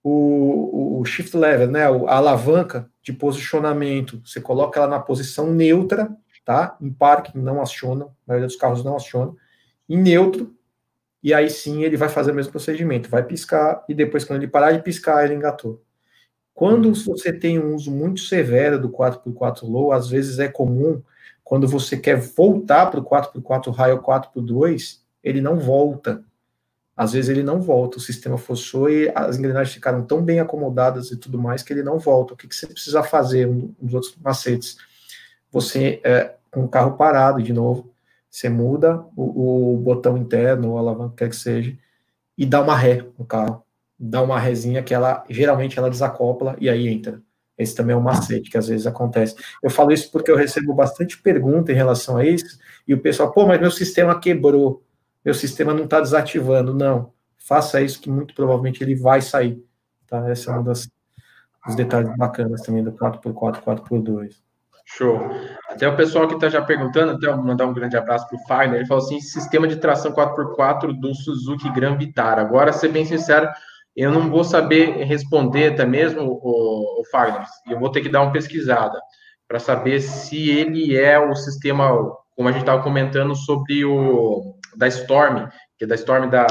o, o shift lever, né, a alavanca de posicionamento, você coloca ela na posição neutra, tá? Em parking não aciona, a maioria dos carros não aciona, em neutro, e aí sim ele vai fazer o mesmo procedimento, vai piscar, e depois quando ele parar de piscar, ele engatou. Quando você tem um uso muito severo do quatro por quatro low, às vezes é comum, quando você quer voltar para o quatro por quatro high ou quatro por dois, ele não volta. Às vezes ele não volta, o sistema forçou e as engrenagens ficaram tão bem acomodadas e tudo mais que ele não volta. O que, que você precisa fazer? Um dos outros macetes. Você, é, com o carro parado de novo, você muda o, o botão interno, ou a alavanca, quer que seja, e dá uma ré no carro. Dá uma rézinha que ela, geralmente, ela desacopla e aí entra. Esse também é um macete que às vezes acontece. Eu falo isso porque eu recebo bastante pergunta em relação a isso, e o pessoal, pô, mas meu sistema quebrou, meu sistema não está desativando. Não, faça isso que muito provavelmente ele vai sair. Tá? Esse é um das, dos detalhes bacanas também do quatro por quatro, quatro por dois. Show. Até o pessoal que está já perguntando, até eu mandar um grande abraço para o Fagner, ele falou assim, sistema de tração quatro por quatro do Suzuki Gran Vitara. Agora, ser bem sincero, eu não vou saber responder até mesmo, o, o Fagner, e eu vou ter que dar uma pesquisada para saber se ele é o sistema, como a gente estava comentando sobre o da Storm, que é da Storm da...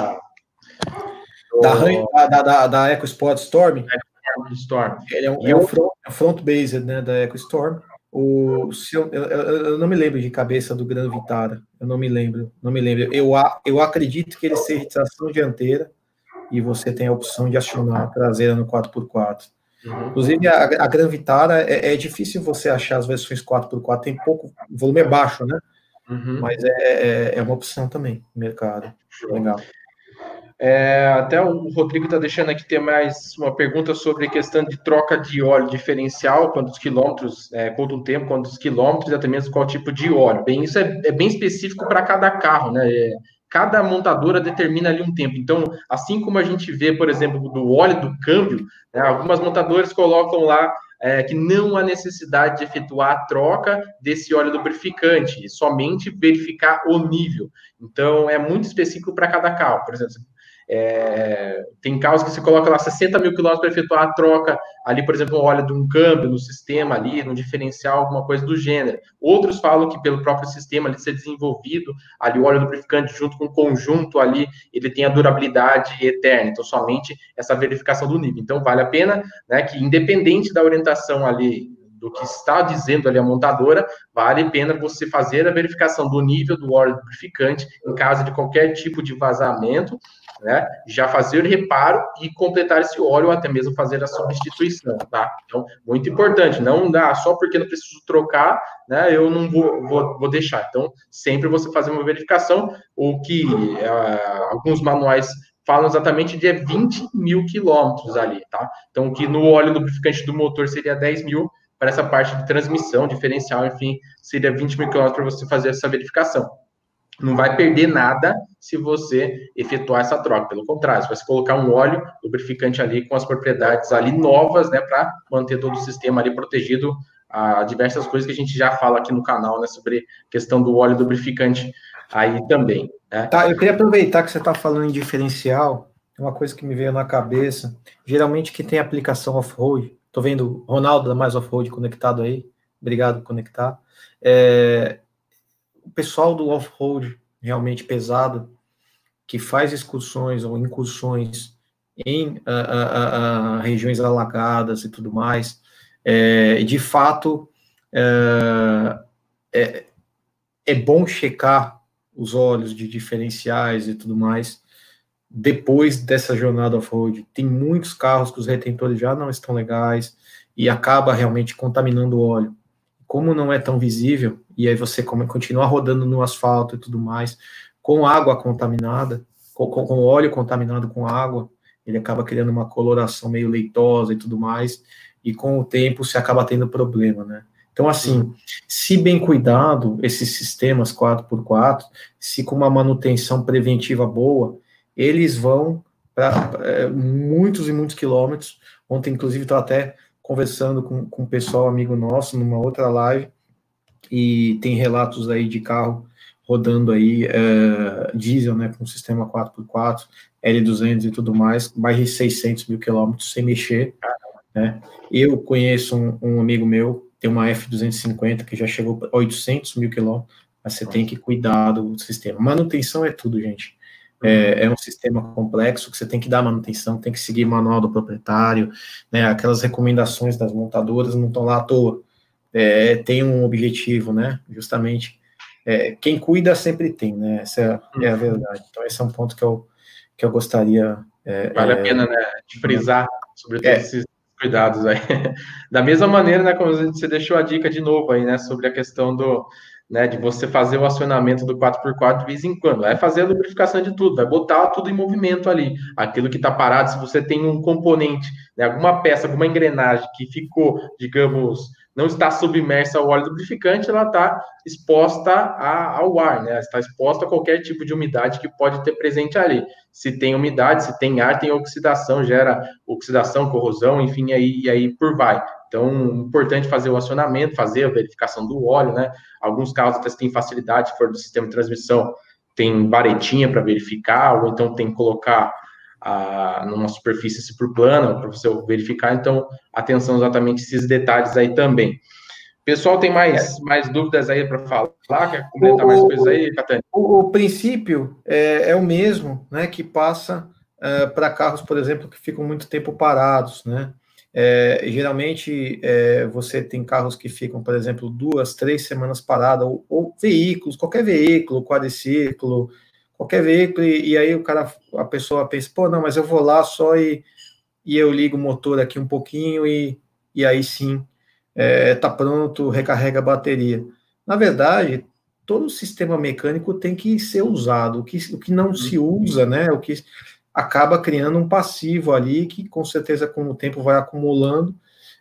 Do, da, da, da, da EcoSport Storm? Storm. Ele é um, é um front, front-based, né, da EcoStorm. O, se eu, eu, eu não me lembro de cabeça do Gran Vitara, eu não me lembro, não me lembro. Eu, eu acredito que ele seja de tração dianteira e você tem a opção de acionar a traseira no quatro por quatro. Uhum. Inclusive, a, a Gran Vitara, é, é difícil você achar as versões quatro por quatro, tem pouco, o volume é baixo, né? Uhum. Mas é, é uma opção também no mercado. Legal. É, até o Rodrigo está deixando aqui ter mais uma pergunta sobre a questão de troca de óleo diferencial, quantos quilômetros, é, quanto tempo, quantos quilômetros, e até mesmo qual tipo de óleo. Bem, isso é, é bem específico para cada carro, né? É, cada montadora determina ali um tempo. Então, assim como a gente vê, por exemplo, do óleo do câmbio, né, algumas montadoras colocam lá é, que não há necessidade de efetuar a troca desse óleo lubrificante, somente verificar o nível. Então, é muito específico para cada carro. Por exemplo, É, tem carros que você coloca lá sessenta mil quilômetros para efetuar a troca ali, por exemplo, óleo de um câmbio no sistema ali, no diferencial, alguma coisa do gênero. Outros falam que pelo próprio sistema ali ser desenvolvido, ali o óleo lubrificante junto com o conjunto ali, ele tem a durabilidade eterna, então somente essa verificação do nível. Então vale a pena, né, que independente da orientação ali do que está dizendo ali a montadora, vale a pena você fazer a verificação do nível do óleo lubrificante em caso de qualquer tipo de vazamento, né? Já fazer o reparo e completar esse óleo ou até mesmo fazer a substituição, tá? Então, muito importante, não dá só porque não preciso trocar, né? Eu não vou, vou, vou deixar. Então, sempre você fazer uma verificação, o que uh, alguns manuais falam exatamente de vinte mil quilômetros ali, tá? Então, que no óleo lubrificante do motor seria dez mil, para essa parte de transmissão, diferencial, enfim, seria vinte mil quilômetros para você fazer essa verificação. Não vai perder nada se você efetuar essa troca. Pelo contrário, você vai colocar um óleo lubrificante ali com as propriedades ali novas, né, para manter todo o sistema ali protegido a diversas coisas que a gente já fala aqui no canal, né, sobre questão do óleo lubrificante aí também. Né? Tá, eu queria aproveitar que você está falando em diferencial, uma coisa que me veio na cabeça, geralmente que tem aplicação off-road, tô vendo o Ronaldo da Mais Off-Road conectado aí, obrigado por conectar, é... o pessoal do off-road realmente pesado, que faz excursões ou incursões em uh, uh, uh, regiões alagadas e tudo mais, é, de fato, é, é, é bom checar os óleos de diferenciais e tudo mais depois dessa jornada off-road. Tem muitos carros que os retentores já não estão legais e acaba realmente contaminando o óleo. Como não é tão visível, e aí você continua rodando no asfalto e tudo mais, com água contaminada, com, com óleo contaminado com água, ele acaba criando uma coloração meio leitosa e tudo mais, e com o tempo você acaba tendo problema, né? Então, assim, se bem cuidado, esses sistemas quatro por quatro, se com uma manutenção preventiva boa, eles vão para é, muitos e muitos quilômetros. Ontem, inclusive, estou até conversando com, com um pessoal amigo nosso numa outra live, e tem relatos aí de carro rodando aí uh, diesel, né, com sistema quatro por quatro, L duzentos e tudo mais, mais de seiscentos mil quilômetros sem mexer, né? Eu conheço um, um amigo meu, tem uma F duzentos e cinquenta que já chegou a oitocentos mil quilômetros, mas você tem que cuidar do sistema. Manutenção é tudo, gente. É, é um sistema complexo que você tem que dar manutenção, tem que seguir o manual do proprietário, né? Aquelas recomendações das montadoras não estão lá à toa. É, tem um objetivo, né? Justamente, é, quem cuida sempre tem, né? Essa é, é a verdade. Então, esse é um ponto que eu, que eu gostaria... É, vale é, a pena, né, de frisar sobre todos é. esses cuidados aí. Da mesma maneira, né, como você deixou a dica de novo aí, né, sobre a questão do, né, de você fazer o acionamento do quatro por quatro de vez em quando. Vai fazer a lubrificação de tudo, vai botar tudo em movimento ali. Aquilo que está parado, se você tem um componente, né, alguma peça, alguma engrenagem que ficou, digamos, não está submersa ao óleo lubrificante, ela está exposta a, ao ar, né? Está exposta a qualquer tipo de umidade que pode ter presente ali. Se tem umidade, se tem ar, tem oxidação, gera oxidação, corrosão, enfim, aí, e aí por vai. Então, importante fazer o acionamento, fazer a verificação do óleo, né? Alguns carros até têm facilidade, se for do sistema de transmissão, tem varetinha para verificar, ou então tem que colocar a, numa superfície por plana para você verificar. Então, atenção exatamente a esses detalhes aí também. Pessoal, tem mais, mais dúvidas aí para falar? Quer comentar o, mais coisas aí, Catani? O, o princípio é, é o mesmo, né, que passa é, para carros, por exemplo, que ficam muito tempo parados, né? É, geralmente é, você tem carros que ficam, por exemplo, duas, três semanas parados, ou, ou veículos, qualquer veículo, quadriciclo, qualquer veículo, e, e aí o cara, a pessoa pensa, pô, não, mas eu vou lá só e, e eu ligo o motor aqui um pouquinho e, e aí sim é, tá pronto, recarrega a bateria. Na verdade, todo o sistema mecânico tem que ser usado. O que, o que não se usa, né? O que acaba criando um passivo ali que, com certeza, com o tempo vai acumulando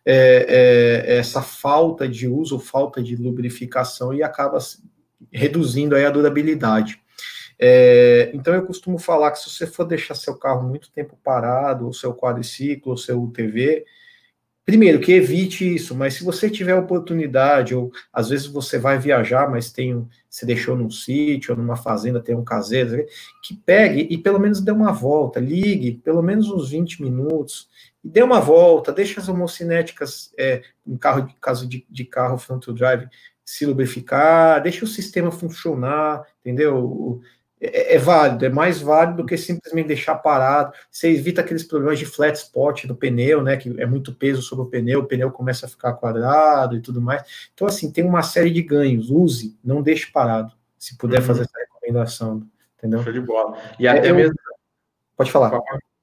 é, é, essa falta de uso, falta de lubrificação e acaba reduzindo aí a durabilidade. É, então, eu costumo falar que se você for deixar seu carro muito tempo parado, ou seu quadriciclo, ou seu U T V, primeiro, que evite isso, mas se você tiver oportunidade, ou às vezes você vai viajar, mas tem, você deixou num sítio, ou numa fazenda, tem um caseiro, que pegue e pelo menos dê uma volta, ligue pelo menos uns vinte minutos, e dê uma volta, deixe as homocinéticas, é, em carro, caso de, de carro front-wheel drive, se lubrificar, deixe o sistema funcionar, entendeu? É, é válido, é mais válido do que simplesmente deixar parado. Você evita aqueles problemas de flat spot do pneu, né, que é muito peso sobre o pneu, o pneu começa a ficar quadrado e tudo mais. Então, assim, tem uma série de ganhos. Use, não deixe parado, se puder uhum. fazer essa recomendação, entendeu? Show de bola. E até é, eu... mesmo... Pode falar.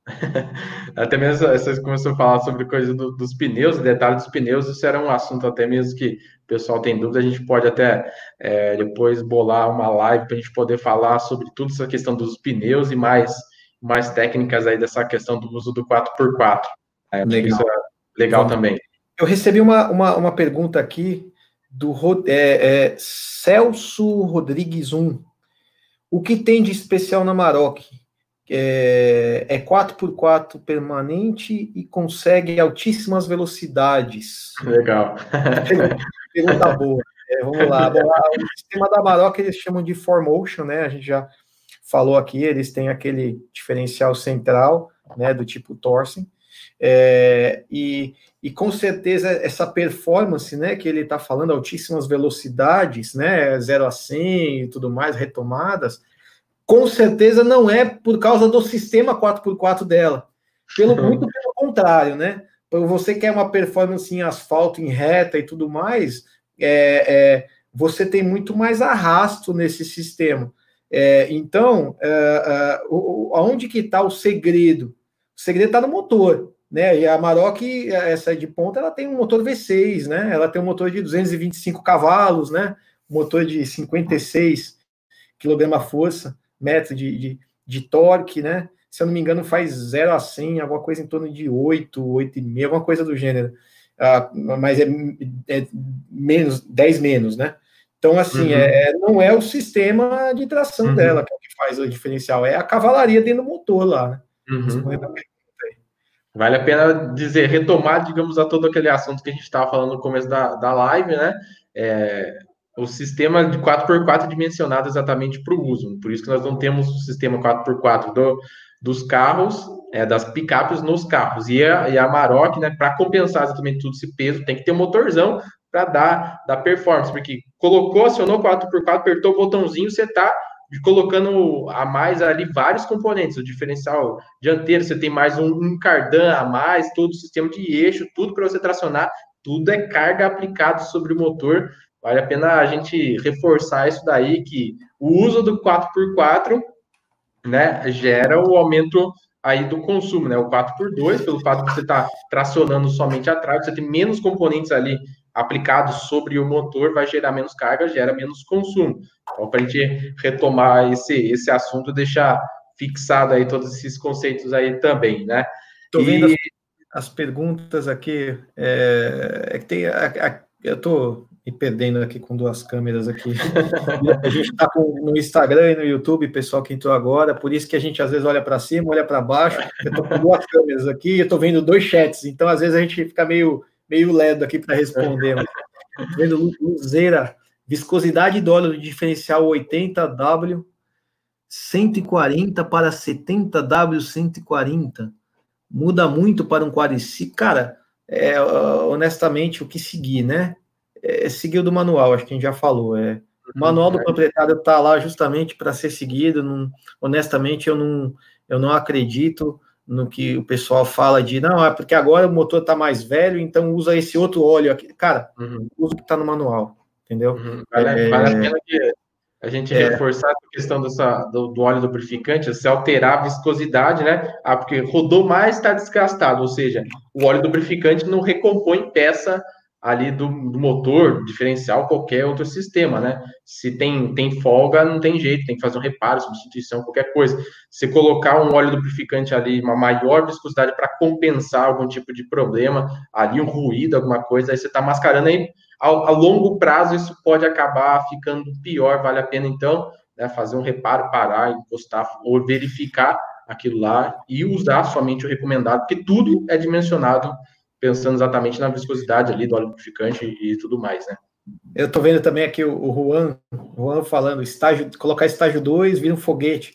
Até mesmo você começou a falar sobre coisa do, dos pneus, detalhes dos pneus, isso era um assunto até mesmo que o pessoal tem dúvida, a gente pode até é, depois bolar uma live para a gente poder falar sobre tudo essa questão dos pneus e mais, mais técnicas aí dessa questão do uso do quatro por quatro. É, legal. Isso é legal Vamos. também. Eu recebi uma, uma, uma pergunta aqui do é, é, Celso Rodrigues um. O que tem de especial na Maroc? É, é quatro por quatro permanente e consegue altíssimas velocidades. Legal. Pergunta boa. É, vamos lá. Bom, o sistema da Maroc eles chamam de four motion, né? A gente já falou aqui, eles têm aquele diferencial central, né, do tipo Torsen. É, e, e com certeza essa performance, né, que ele está falando, altíssimas velocidades, né, zero a cem e tudo mais, retomadas, com certeza não é por causa do sistema quatro por quatro dela. Pelo, muito pelo contrário, né? Você quer uma performance em asfalto, em reta e tudo mais, é, é, você tem muito mais arrasto nesse sistema. É, então, é, é, onde que está o segredo? O segredo está no motor, né? E a Maroc, essa de ponta, ela tem um motor V seis, né? Ela tem um motor de duzentos e vinte e cinco cavalos, né? Um motor de cinquenta e seis quilograma-força, metro de, de, de torque, né? Se eu não me engano, faz zero a cem, alguma coisa em torno de oito, oito e meio, alguma coisa do gênero. Ah, mas é, é menos, dez menos, né? Então, assim, uhum. é, não é o sistema de tração uhum. dela que, é o que faz o diferencial, é a cavalaria dentro do motor lá, né? Uhum. Vale a pena dizer, retomar, digamos, a todo aquele assunto que a gente estava falando no começo da, da live, né? É, o sistema de quatro por quatro é dimensionado exatamente para o uso. Por isso que nós não temos o sistema quatro por quatro do, dos carros, é, das picapes nos carros. E a, e a Amarok, né, para compensar exatamente tudo esse peso, tem que ter um motorzão para dar, dar performance. Porque colocou, acionou quatro por quatro, apertou o botãozinho, você está colocando a mais ali vários componentes. O diferencial dianteiro, você tem mais um, um cardan a mais, todo o sistema de eixo, tudo para você tracionar. Tudo é carga aplicada sobre o motor. Vale a pena a gente reforçar isso daí, que o uso do quatro por quatro, né, gera o aumento aí do consumo, né? O quatro por dois, pelo fato de você estar tá tracionando somente atrás, você tem menos componentes ali aplicados sobre o motor, vai gerar menos carga, gera menos consumo. Então, para a gente retomar esse, esse assunto, deixar fixado aí todos esses conceitos aí também, né? Estou vendo e... as, as perguntas aqui, é, é que tem, a, a, eu estou me perdendo aqui com duas câmeras aqui. A gente está no Instagram e no YouTube, pessoal que entrou agora, por isso que a gente às vezes olha para cima, olha para baixo. Eu estou com duas câmeras aqui, eu estou vendo dois chats, então às vezes a gente fica meio, meio ledo aqui para responder. Estou vendo Luzeira, viscosidade do óleo do diferencial oitenta W, cento e quarenta para setenta W, cento e quarenta. Muda muito para um quadriciclo. Cara, é, honestamente, o que seguir, né? É seguir o do manual, acho que a gente já falou. É, o manual do proprietário está lá justamente para ser seguido. Não, honestamente, eu não, eu não acredito no que o pessoal fala de, não, é porque agora o motor está mais velho, então usa esse outro óleo aqui. Cara, uhum. usa o que está no manual, entendeu? Uhum. Vale, é, vale a pena que a gente é, reforçar a questão dessa, do, do óleo lubrificante, se alterar a viscosidade, né? Ah, porque rodou mais, está desgastado, ou seja, o óleo lubrificante não recompõe peça ali do, do motor, diferencial, qualquer outro sistema, né? Se tem, tem folga, não tem jeito, tem que fazer um reparo, substituição, qualquer coisa. Se colocar um óleo lubrificante ali, uma maior viscosidade para compensar algum tipo de problema, ali um ruído, alguma coisa, aí você está mascarando aí. Ao, a longo prazo, isso pode acabar ficando pior, vale a pena, então, né, fazer um reparo, parar, encostar, ou verificar aquilo lá e usar somente o recomendado, porque tudo é dimensionado pensando exatamente na viscosidade ali do óleo lubrificante e tudo mais, né? Eu tô vendo também aqui o, o Juan, o Juan falando, estágio, colocar estágio dois, vira um foguete.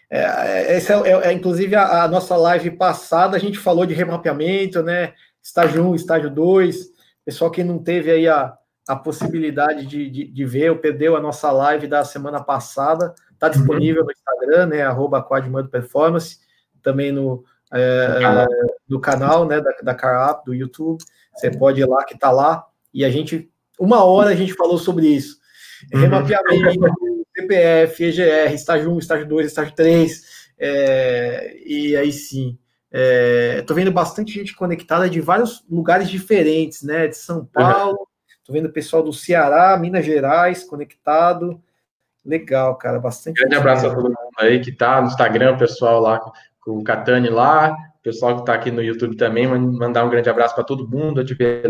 É, essa é, é, é inclusive, a, a nossa live passada, a gente falou de remapeamento, né? Estágio um, estágio dois. Pessoal que não teve aí a, a possibilidade de, de, de ver ou perdeu a nossa live da semana passada, tá disponível uhum. no Instagram, né? Arroba Quadmodo Performance, também no É, canal. do canal, né, da, da CarUp, do YouTube, você pode ir lá, que tá lá, e a gente, uma hora a gente falou sobre isso, uhum. remapeamento, C P F, E G R, estágio um, estágio dois, estágio três, é, e aí sim, é, tô vendo bastante gente conectada de vários lugares diferentes, né, de São Paulo, uhum. tô vendo o pessoal do Ceará, Minas Gerais, conectado, legal, cara, bastante. Grande abraço a todo mundo aí que tá no Instagram, pessoal lá, com o Catani lá, o pessoal que está aqui no YouTube também, mandar um grande abraço para todo mundo.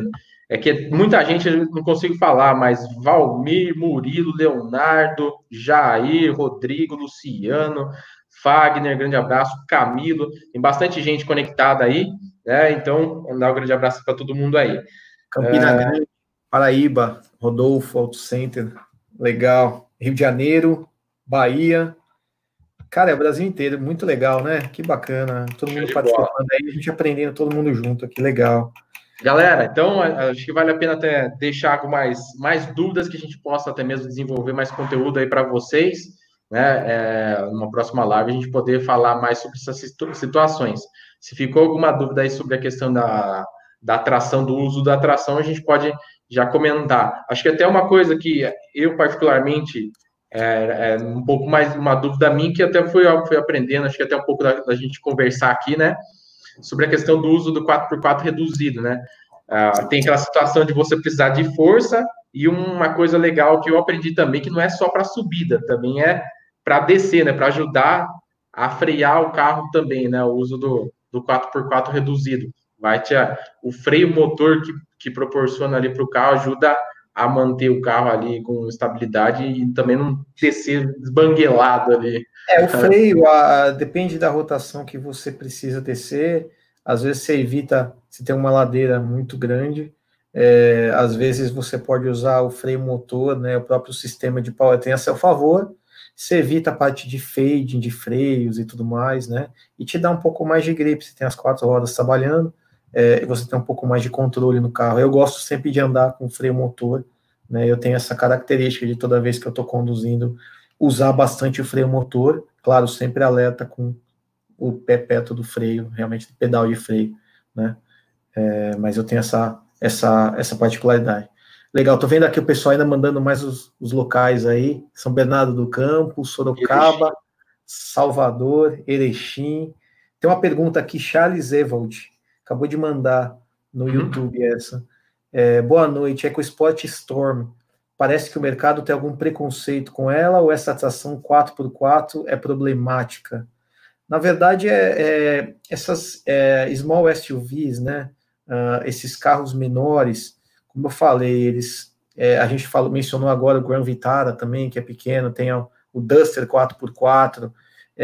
É que muita gente eu não consigo falar, mas Valmir, Murilo, Leonardo, Jair, Rodrigo, Luciano, Fagner, grande abraço, Camilo, tem bastante gente conectada aí, né? Então, mandar um grande abraço para todo mundo aí. Campina é... Grande, Paraíba, Rodolfo, Auto Center, legal. Rio de Janeiro, Bahia. Cara, é o Brasil inteiro, muito legal, né? Que bacana. Todo mundo participando aí, a gente aprendendo, todo mundo junto, que legal. Galera, então acho que vale a pena até deixar com mais, mais dúvidas que a gente possa até mesmo desenvolver mais conteúdo aí para vocês, né? É, numa próxima live a gente poder falar mais sobre essas situações. Se ficou alguma dúvida aí sobre a questão da, da atração, do uso da atração, a gente pode já comentar. Acho que até uma coisa que eu particularmente É, é um pouco mais uma dúvida minha, que até fui, fui aprendendo, acho que até um pouco da, da gente conversar aqui, né? Sobre a questão do uso do quatro por quatro reduzido, né? Ah, tem aquela situação de você precisar de força, e uma coisa legal que eu aprendi também, que não é só para subida, também é para descer, né? Para ajudar a frear o carro também, né? O uso do, do quatro por quatro reduzido. Vai te, o freio motor que, que proporciona ali para o carro ajuda a manter o carro ali com estabilidade e também não descer esbanguelado ali. É, o freio, a, depende da rotação que você precisa descer, às vezes você evita, se tem uma ladeira muito grande, É, às vezes você pode usar o freio motor, né, o próprio sistema de powertrain a seu favor, você evita a parte de fading, de freios e tudo mais, né, e te dá um pouco mais de grip, você tem as quatro rodas trabalhando, é, e você tem um pouco mais de controle no carro. Eu gosto sempre de andar com freio motor, né, eu tenho essa característica de toda vez que eu estou conduzindo, usar bastante o freio motor, claro, sempre alerta com o pé perto do freio, realmente pedal de freio, né, é, mas eu tenho essa essa, essa particularidade. Legal, tô vendo aqui o pessoal ainda mandando mais os, os locais aí, São Bernardo do Campo, Sorocaba, Erechim. Salvador, Erechim. Tem uma pergunta aqui, Charles Evald, acabou de mandar no uhum. YouTube essa. É, boa noite, EcoSport Storm. Parece que o mercado tem algum preconceito com ela ou essa tração quatro por quatro é problemática? Na verdade, é, é essas é, small S U Vs, né? Uh, esses carros menores, como eu falei, eles, é, a gente falou, mencionou agora o Gran Vitara também, que é pequeno, tem o, o Duster quatro por quatro,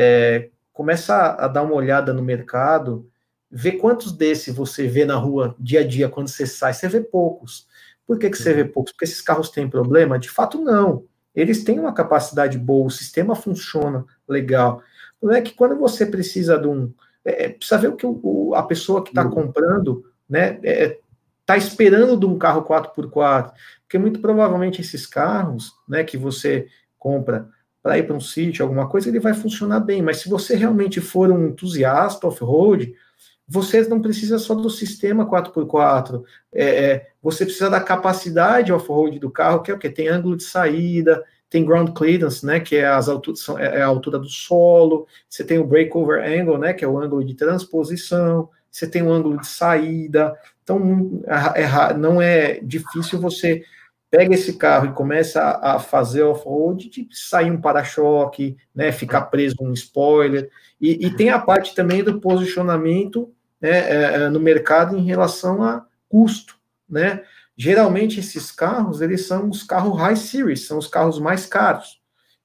é, começa a, a dar uma olhada no mercado, vê quantos desses você vê na rua dia a dia, quando você sai, você vê poucos. Por que, que você vê poucos? Porque esses carros têm problema? De fato, não. Eles têm uma capacidade boa, o sistema funciona legal. O problema é que quando você precisa de um... É, precisa ver o que o, a pessoa que está uhum. comprando, né, é, tá esperando de um carro quatro por quatro, porque muito provavelmente esses carros, né, que você compra para ir para um sítio, alguma coisa, ele vai funcionar bem, mas se você realmente for um entusiasta off-road, você não precisa só do sistema quatro por quatro, é, é, você precisa da capacidade off-road do carro, que é o que? Tem ângulo de saída, tem ground clearance, né, que é, as alturas, é a altura do solo, você tem o breakover angle, né, que é o ângulo de transposição, você tem um ângulo de saída, então é, não é difícil você pega esse carro e começa a, a fazer off-road, de sair um para-choque, né, ficar preso um spoiler, e, e tem a parte também do posicionamento, né, é, no mercado em relação a custo, né, geralmente esses carros, eles são os carros high series, são os carros mais caros,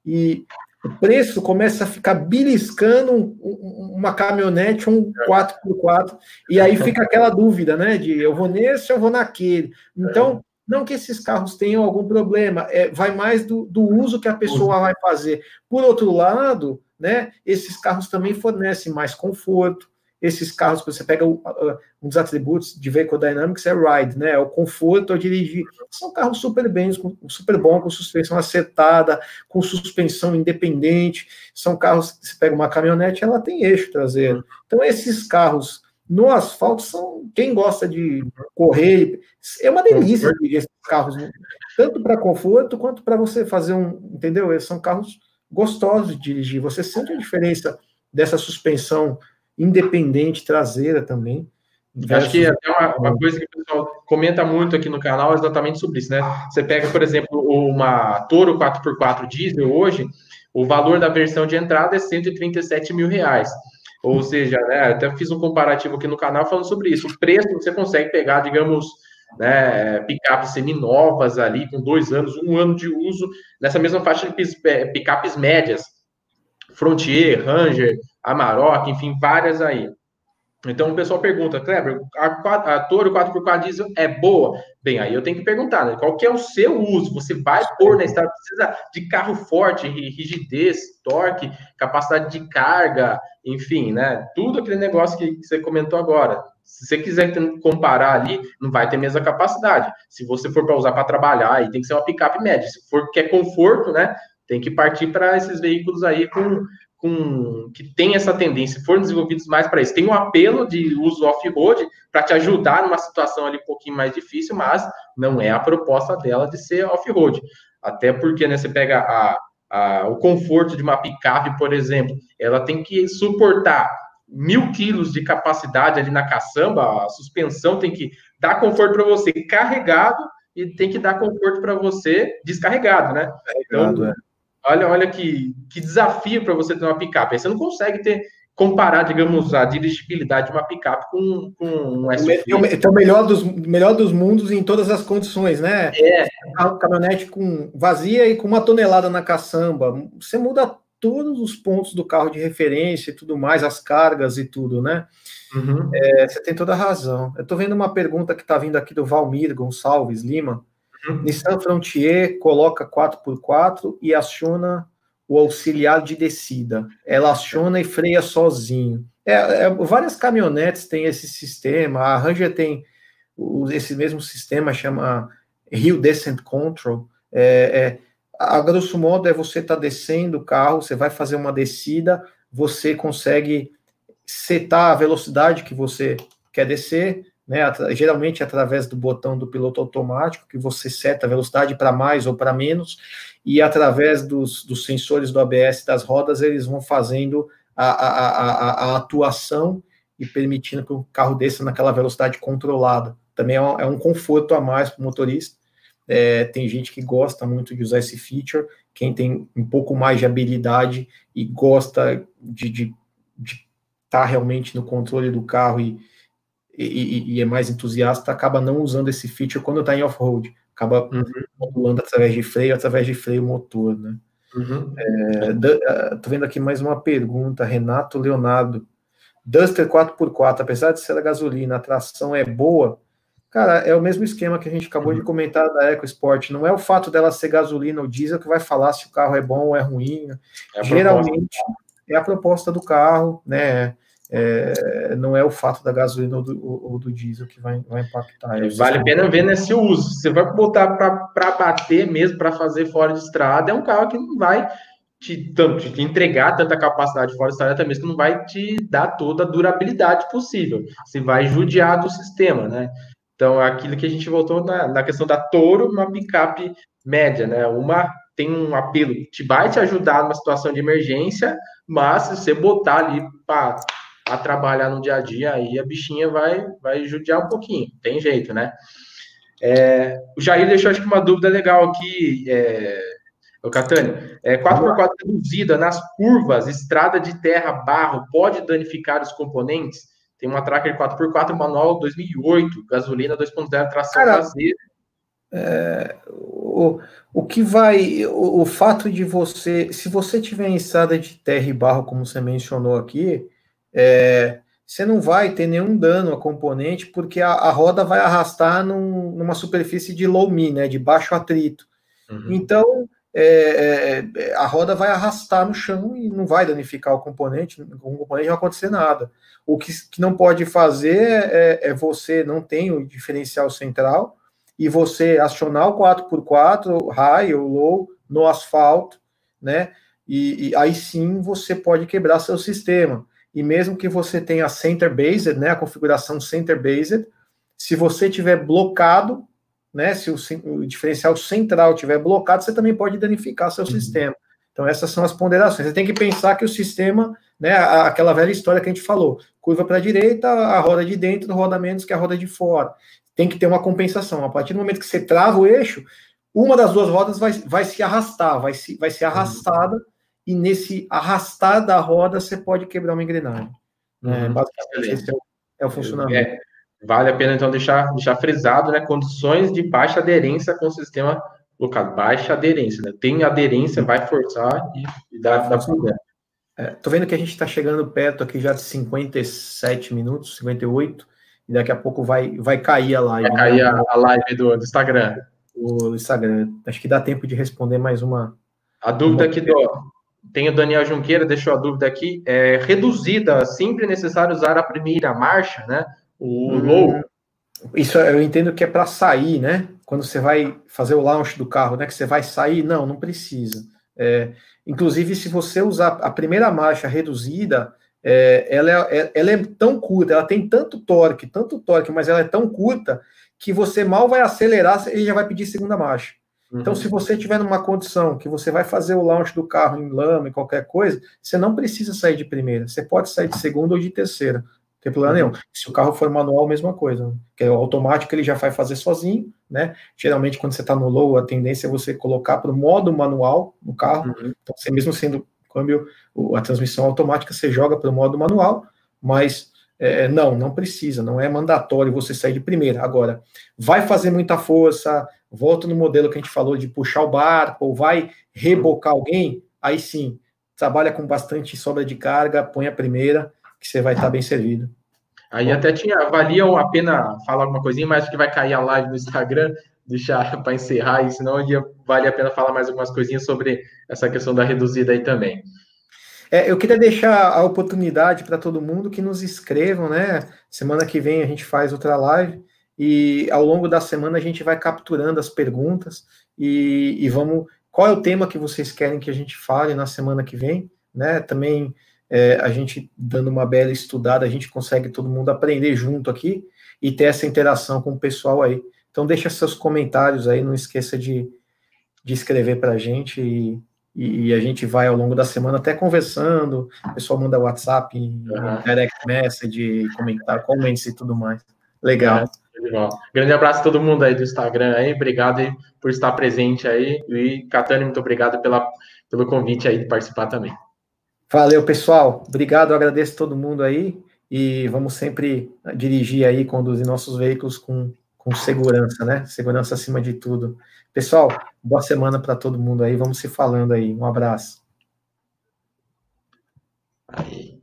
e o preço começa a ficar beliscando um, um, uma caminhonete, um quatro por quatro, e aí fica aquela dúvida, né, de eu vou nesse, eu vou naquele. Então, não que esses carros tenham algum problema, é, vai mais do, do uso que a pessoa vai fazer. Por outro lado, né, esses carros também fornecem mais conforto. Esses carros, que você pega, um dos atributos de Vehicle Dynamics é ride, né? É o conforto ao dirigir. São carros super bens, super bons, com suspensão acertada, com suspensão independente. São carros que você pega uma caminhonete, ela tem eixo traseiro. Então, esses carros no asfalto são, quem gosta de correr, é uma delícia dirigir esses carros, né? Tanto para conforto quanto para você fazer um, entendeu? São carros gostosos de dirigir. Você sente a diferença dessa suspensão independente traseira também. Acho que até uma, uma coisa que o pessoal comenta muito aqui no canal é exatamente sobre isso, né? Você pega, por exemplo, uma Toro quatro por quatro diesel hoje, o valor da versão de entrada é cento e trinta e sete mil reais. Ou seja, né, até fiz um comparativo aqui no canal falando sobre isso. O preço você consegue pegar, digamos, né, picapes seminovas ali, com dois anos, um ano de uso, nessa mesma faixa de picapes médias. Frontier, Ranger, Amarok, enfim, várias aí. Então o pessoal pergunta, Kleber, a, a Toro quatro por quatro diesel é boa? Bem, aí eu tenho que perguntar, né? Qual que é o seu uso? Você vai pôr na estrada, precisa de carro forte, rigidez, torque, capacidade de carga, enfim, né? Tudo aquele negócio que você comentou agora. Se você quiser comparar ali, não vai ter a mesma capacidade. Se você for para usar para trabalhar, aí tem que ser uma picape média. Se for quer conforto, né? Tem que partir para esses veículos aí com, com que tem essa tendência, foram desenvolvidos mais para isso. Tem um apelo de uso off-road para te ajudar numa situação ali um pouquinho mais difícil, mas não é a proposta dela de ser off-road. Até porque, né, você pega a, a, o conforto de uma picape, por exemplo, ela tem que suportar mil quilos de capacidade ali na caçamba, a suspensão tem que dar conforto para você carregado e tem que dar conforto para você descarregado, né? Então, é. Olha, olha que, que desafio para você ter uma picape. Aí você não consegue ter, comparar, digamos, a dirigibilidade de uma picape com, com um S U V. Então, o melhor dos, melhor dos mundos em todas as condições, né? É. Caminhonete com vazia e com uma tonelada na caçamba. Você muda todos os pontos do carro de referência e tudo mais, as cargas e tudo, né? Uhum. É, você tem toda a razão. Eu estou vendo uma pergunta que está vindo aqui do Valmir Gonçalves Lima. Uhum. Nissan Frontier coloca quatro por quatro e aciona o auxiliar de descida. Ela aciona e freia sozinho. É, é, várias caminhonetes têm esse sistema. A Ranger tem o, esse mesmo sistema, chama Hill Descent Control. É, é, a grosso modo é você estar tá descendo o carro, você vai fazer uma descida, você consegue setar a velocidade que você quer descer, né, geralmente através do botão do piloto automático, que você seta a velocidade para mais ou para menos, e através dos, dos sensores do A B S das rodas, eles vão fazendo a, a, a, a atuação e permitindo que o carro desça naquela velocidade controlada. Também é um, é um conforto a mais para o motorista. É, tem gente que gosta muito de usar esse feature, quem tem um pouco mais de habilidade e gosta de, de, de estar realmente no controle do carro e, e, e é mais entusiasta, acaba não usando esse feature quando está em off-road, acaba uhum. modulando através de freio, através de freio motor, né? Uhum. É, tô vendo aqui mais uma pergunta, Renato Leonardo. Duster quatro por quatro, apesar de ser a gasolina, a tração é boa? Cara, é o mesmo esquema que a gente acabou uhum. de comentar da EcoSport. Não é o fato dela ser gasolina ou diesel que vai falar se o carro é bom ou é ruim. É Geralmente é a proposta do carro, né? É, não é o fato da gasolina ou do, ou do diesel que vai, vai impactar. É, vale a pena ver nesse uso. Você vai botar para bater mesmo, para fazer fora de estrada, é um carro que não vai te, tanto, te entregar tanta capacidade fora de estrada, até mesmo que não vai te dar toda a durabilidade possível. Você vai judiar do sistema, né? Então, aquilo que a gente voltou na, na questão da Toro, uma picape média, né? Uma tem um apelo que vai te ajudar numa situação de emergência, mas se você botar ali para trabalhar no dia a dia, aí a bichinha vai, vai judiar um pouquinho, tem jeito, né? É, o Jair deixou, acho que uma dúvida legal aqui, é, o Catani, é, quatro por quatro reduzida nas curvas, estrada de terra, barro, pode danificar os componentes? Tem uma Tracker quatro por quatro manual dois mil e oito, gasolina dois ponto zero, tração Cara, traseira. É, o, o que vai, o, o fato de você, se você tiver em estrada de terra e barro, como você mencionou aqui, é, você não vai ter nenhum dano a componente, porque a, a roda vai arrastar num, numa superfície de low min, né, de baixo atrito. Uhum. Então, é, é, a roda vai arrastar no chão e não vai danificar o componente, o componente não vai acontecer nada. O que, que não pode fazer é, é você não tem o diferencial central, e você acionar o quatro por quatro, high ou low, no asfalto, né? E, e aí sim você pode quebrar seu sistema. E mesmo que você tenha center based, né? A configuração center based, se você tiver blocado, né? Se o, o diferencial central tiver blocado, você também pode danificar seu uhum. sistema. Então essas são as ponderações. Você tem que pensar que o sistema, né? Aquela velha história que a gente falou, curva para a direita, a roda de dentro roda menos que a roda de fora. Tem que ter uma compensação. A partir do momento que você trava o eixo, uma das duas rodas vai, vai se arrastar, vai, se, vai ser arrastada, uhum. e nesse arrastar da roda você pode quebrar uma engrenagem. Né? Uhum. Basicamente, esse é o, é o funcionamento. É, vale a pena, então, deixar, deixar frisado, né? Condições de baixa aderência com o sistema local. Baixa aderência, né? Tem aderência, vai forçar e, e dá, dá problema. É, tô vendo que a gente está chegando perto aqui já de cinquenta e sete minutos, cinquenta e oito, e daqui a pouco vai, vai cair a live. Vai cair né? a, a live do, do Instagram. O Instagram. Acho que dá tempo de responder mais uma. A dúvida uma... aqui do. Tem o Daniel Junqueira, deixou a dúvida aqui. É reduzida, sempre é necessário usar a primeira marcha, né? O hum, low. Isso eu entendo que é para sair, né? Quando você vai fazer o launch do carro, né? Que você vai sair, não, não precisa. É, inclusive, se você usar a primeira marcha reduzida, é, ela, é, ela é tão curta, ela tem tanto torque, tanto torque, mas ela é tão curta que você mal vai acelerar e já vai pedir segunda marcha. Uhum. Então, se você tiver numa condição que você vai fazer o launch do carro em lama, em qualquer coisa, você não precisa sair de primeira, você pode sair de segunda ou de terceira, não tem problema uhum. nenhum. Se o carro for manual, mesma coisa, né? Que é o automático, ele já vai fazer sozinho, né? Geralmente, quando você está no low, a tendência é você colocar para o modo manual no carro, uhum. Então, você mesmo sendo câmbio, a transmissão automática, você joga para o modo manual, mas é, não, não precisa, não é mandatório você sair de primeira. Agora, vai fazer muita força, volta no modelo que a gente falou de puxar o barco, ou vai rebocar alguém, aí sim, trabalha com bastante sobra de carga, põe a primeira, que você vai estar bem servido. Aí Bom. até tinha, valia a pena falar alguma coisinha, mas que vai cair a live no Instagram, deixar para encerrar, e senão ia, vale a pena falar mais algumas coisinhas sobre essa questão da reduzida aí também. É, eu queria deixar a oportunidade para todo mundo que nos escrevam, né? Semana que vem a gente faz outra live e ao longo da semana a gente vai capturando as perguntas e, e vamos. Qual é o tema que vocês querem que a gente fale na semana que vem, né? Também é, a gente dando uma bela estudada, a gente consegue todo mundo aprender junto aqui e ter essa interação com o pessoal aí. Então deixa seus comentários aí, não esqueça de, de escrever para a gente e E a gente vai ao longo da semana até conversando, o pessoal manda WhatsApp, uhum. direct message, comentar, comments e tudo mais. Legal. É, legal. Grande abraço a todo mundo aí do Instagram aí, obrigado aí por estar presente aí, e Catani, muito obrigado pela, pelo convite aí de participar também. Valeu, pessoal, obrigado, agradeço a todo mundo aí, e vamos sempre dirigir aí, conduzir nossos veículos com, com segurança, né? Segurança acima de tudo. Pessoal, boa semana para todo mundo aí. Vamos se falando aí. Um abraço. Aí.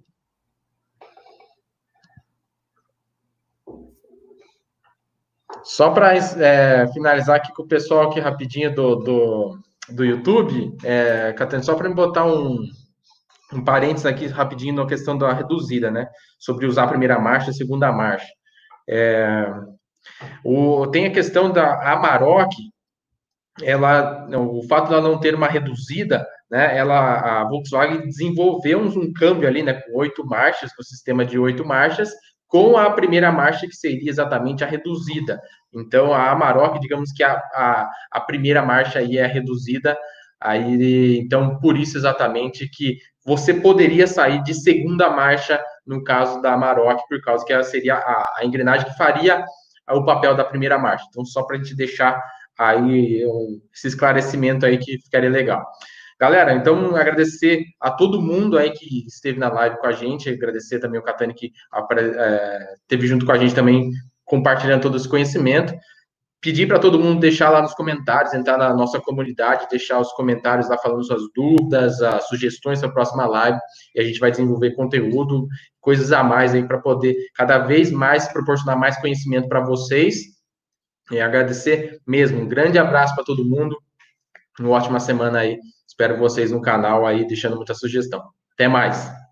Só para é, finalizar aqui com o pessoal aqui rapidinho do, do, do YouTube, é, Catane, só para me botar um, um parênteses aqui rapidinho na questão da reduzida, né? Sobre usar a primeira marcha e a segunda marcha. É, o, tem a questão da Amarok, ela, o fato de ela não ter uma reduzida, né, ela, a Volkswagen desenvolveu um, um câmbio ali, né, com oito marchas, com o sistema de oito marchas, com a primeira marcha que seria exatamente a reduzida. Então, a Amarok, digamos que a, a, a primeira marcha aí é reduzida, aí, então, por isso exatamente que você poderia sair de segunda marcha no caso da Amarok, por causa que ela seria a, a engrenagem que faria o papel da primeira marcha. Então, só para a gente deixar aí esse esclarecimento aí que ficaria legal. Galera, então agradecer a todo mundo aí que esteve na live com a gente, agradecer também o Catani que é, esteve junto com a gente também compartilhando todo esse conhecimento. Pedir para todo mundo deixar lá nos comentários, entrar na nossa comunidade, deixar os comentários lá falando suas dúvidas, as sugestões para a próxima live, e a gente vai desenvolver conteúdo, coisas a mais aí para poder cada vez mais proporcionar mais conhecimento para vocês. E agradecer mesmo. Um grande abraço para todo mundo. Uma ótima semana aí. Espero vocês no canal aí, deixando muita sugestão. Até mais.